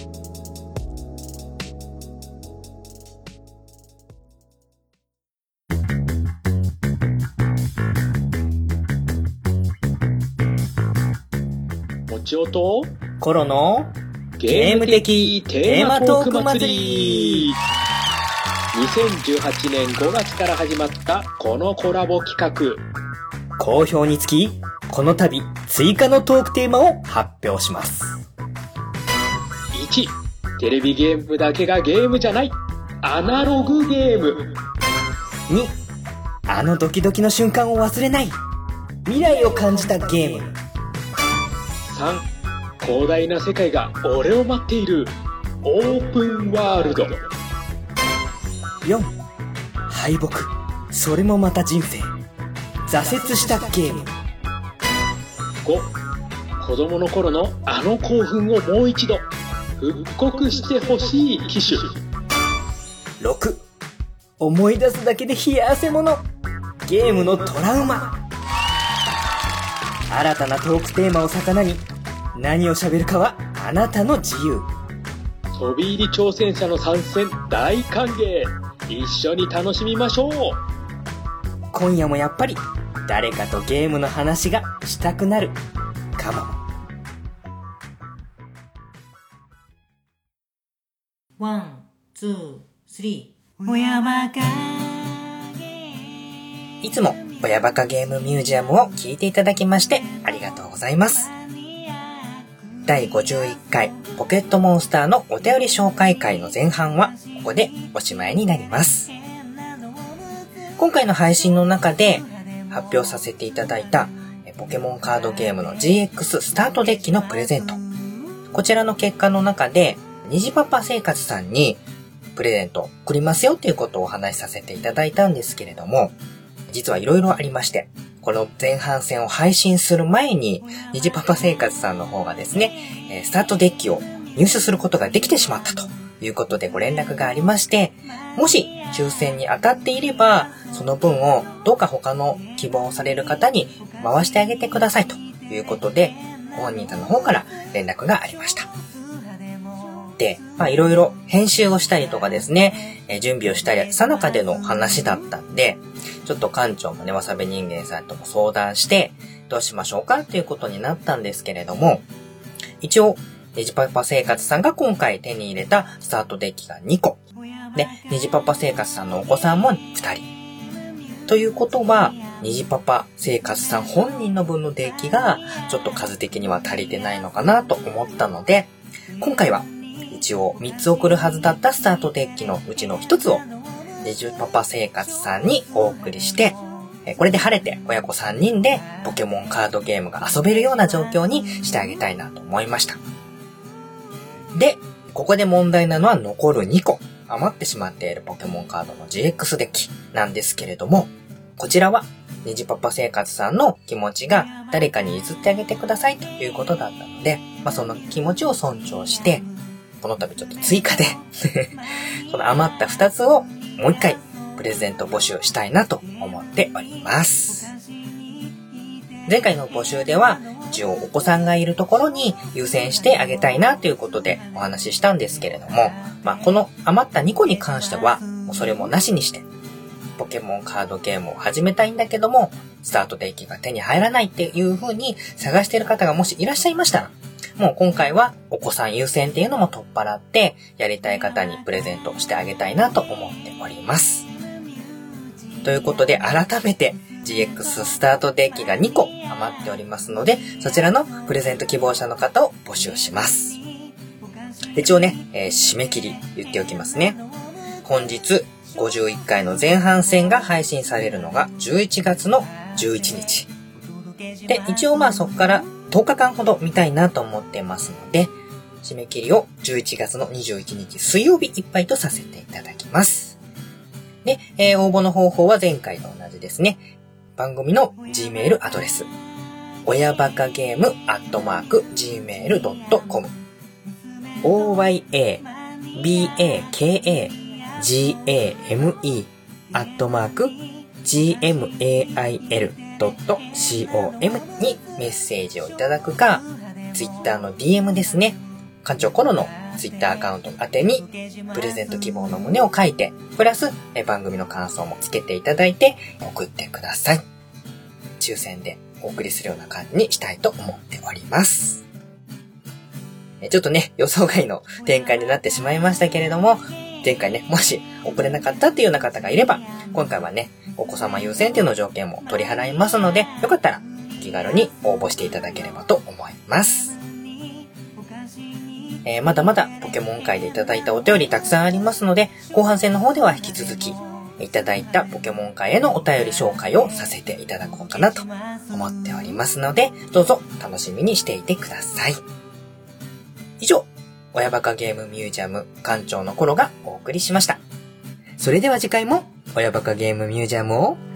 もちおとコロのゲーム的テーマトーク祭り。 2018年5月から始まったこのコラボ企画。 好評につき、この度追加のトークテーマを発表します。 1、テレビゲームだけがゲームじゃない、アナログゲーム。 2、あのドキドキの瞬間を忘れない、未来を感じたゲーム。 3、広大な世界が俺を待っているオープンワールド。 4、敗北、それもまた人生、挫折したゲーム。 5、子供の頃のあの興奮をもう一度復刻してほしい機種。 6、思い出すだけで冷や汗もの、ゲームのトラウマ。新たなトークテーマを魚に、何を喋るかはあなたの自由。 飛び入り挑戦者の参戦大歓迎。一緒に楽しみましょう。 今夜もやっぱり誰かとゲームの話がしたくなるかも。 ワン、ツー、スリー。親バカ。 いつも親バカゲームミュージアムを聞いていただきましてありがとうございます。第51回ポケットモンスターのお便り紹介会の前半はここでおしまいになります。今回の配信の中で発表させていただいたポケモンカードゲームの GX スタートデッキのプレゼント。こちらの結果の中で虹パパ生活さんにプレゼント送りますよっていうことをお話しさせていただいたんですけれども、実はいろいろありまして、この前半戦を配信する前に、虹パパ生活さんの方がですね、スタートデッキを入手することができてしまったということでご連絡がありまして、もし抽選に当たっていれば、その分をどうか他の希望される方に回してあげてくださいということで、ご本人さんの方から連絡がありました。で、いろいろ編集をしたりとかですね、準備をしたりさなかでの話だったんで、ちょっと館長もね、わさび人間さんとも相談して、どうしましょうかっていうことになったんですけれども、一応、虹パパ生活さんが今回手に入れたスタートデッキが2個。で、虹パパ生活さんのお子さんも2人。ということは、虹パパ生活さん本人の分のデッキが、ちょっと数的には足りてないのかなと思ったので、今回は、一応3つ送るはずだったスタートデッキのうちの1つを虹パパ生活さんにお送りして、これで晴れて親子3人でポケモンカードゲームが遊べるような状況にしてあげたいなと思いました。で、ここで問題なのは残る2個余ってしまっているポケモンカードの GX デッキなんですけれども、こちらは虹パパ生活さんの気持ちが誰かに譲ってあげてくださいということだったので、その気持ちを尊重してこの度ちょっと追加でこの余った2つをもう一回プレゼント募集したいなと思っております。前回の募集では一応お子さんがいるところに優先してあげたいなということでお話ししたんですけれども、この余った2個に関してはもうそれもなしにしてポケモンカードゲームを始めたいんだけどもスタートデッキが手に入らないっていう風に探している方がもしいらっしゃいましたら、もう今回はお子さん優先っていうのも取っ払ってやりたい方にプレゼントしてあげたいなと思っております。ということで改めて GX スタートデッキが2個余っておりますので、そちらのプレゼント希望者の方を募集します。一応ね、締め切り言っておきますね。本日51回の前半戦が配信されるのが11月の11日。で、一応そこから10日間ほど見たいなと思ってますので、締め切りを11月の21日水曜日いっぱいとさせていただきます。で、応募の方法は前回と同じですね。番組の Gmail アドレス、親バカゲーム@gmail.com oyabakagame@gmail.com にメッセージをいただくか、Twitter の DM ですね。館長コロの Twitter アカウント宛てにプレゼント希望の旨を書いて、プラス番組の感想もつけていただいて送ってください。抽選でお送りするような感じにしたいと思っております。ちょっとね、予想外の展開になってしまいましたけれども、前回ね、もし送れなかったっていうような方がいれば、今回はね、お子様優先っていうの条件も取り払いますので、よかったら気軽に応募していただければと思います。まだまだポケモン界でいただいたお便りたくさんありますので、後半戦の方では引き続きいただいたポケモン界へのお便り紹介をさせていただこうかなと思っておりますので、どうぞ楽しみにしていてください。以上、親バカゲームミュージアム館長のコロがお送りしました。それでは次回も親バカゲームミュージアムを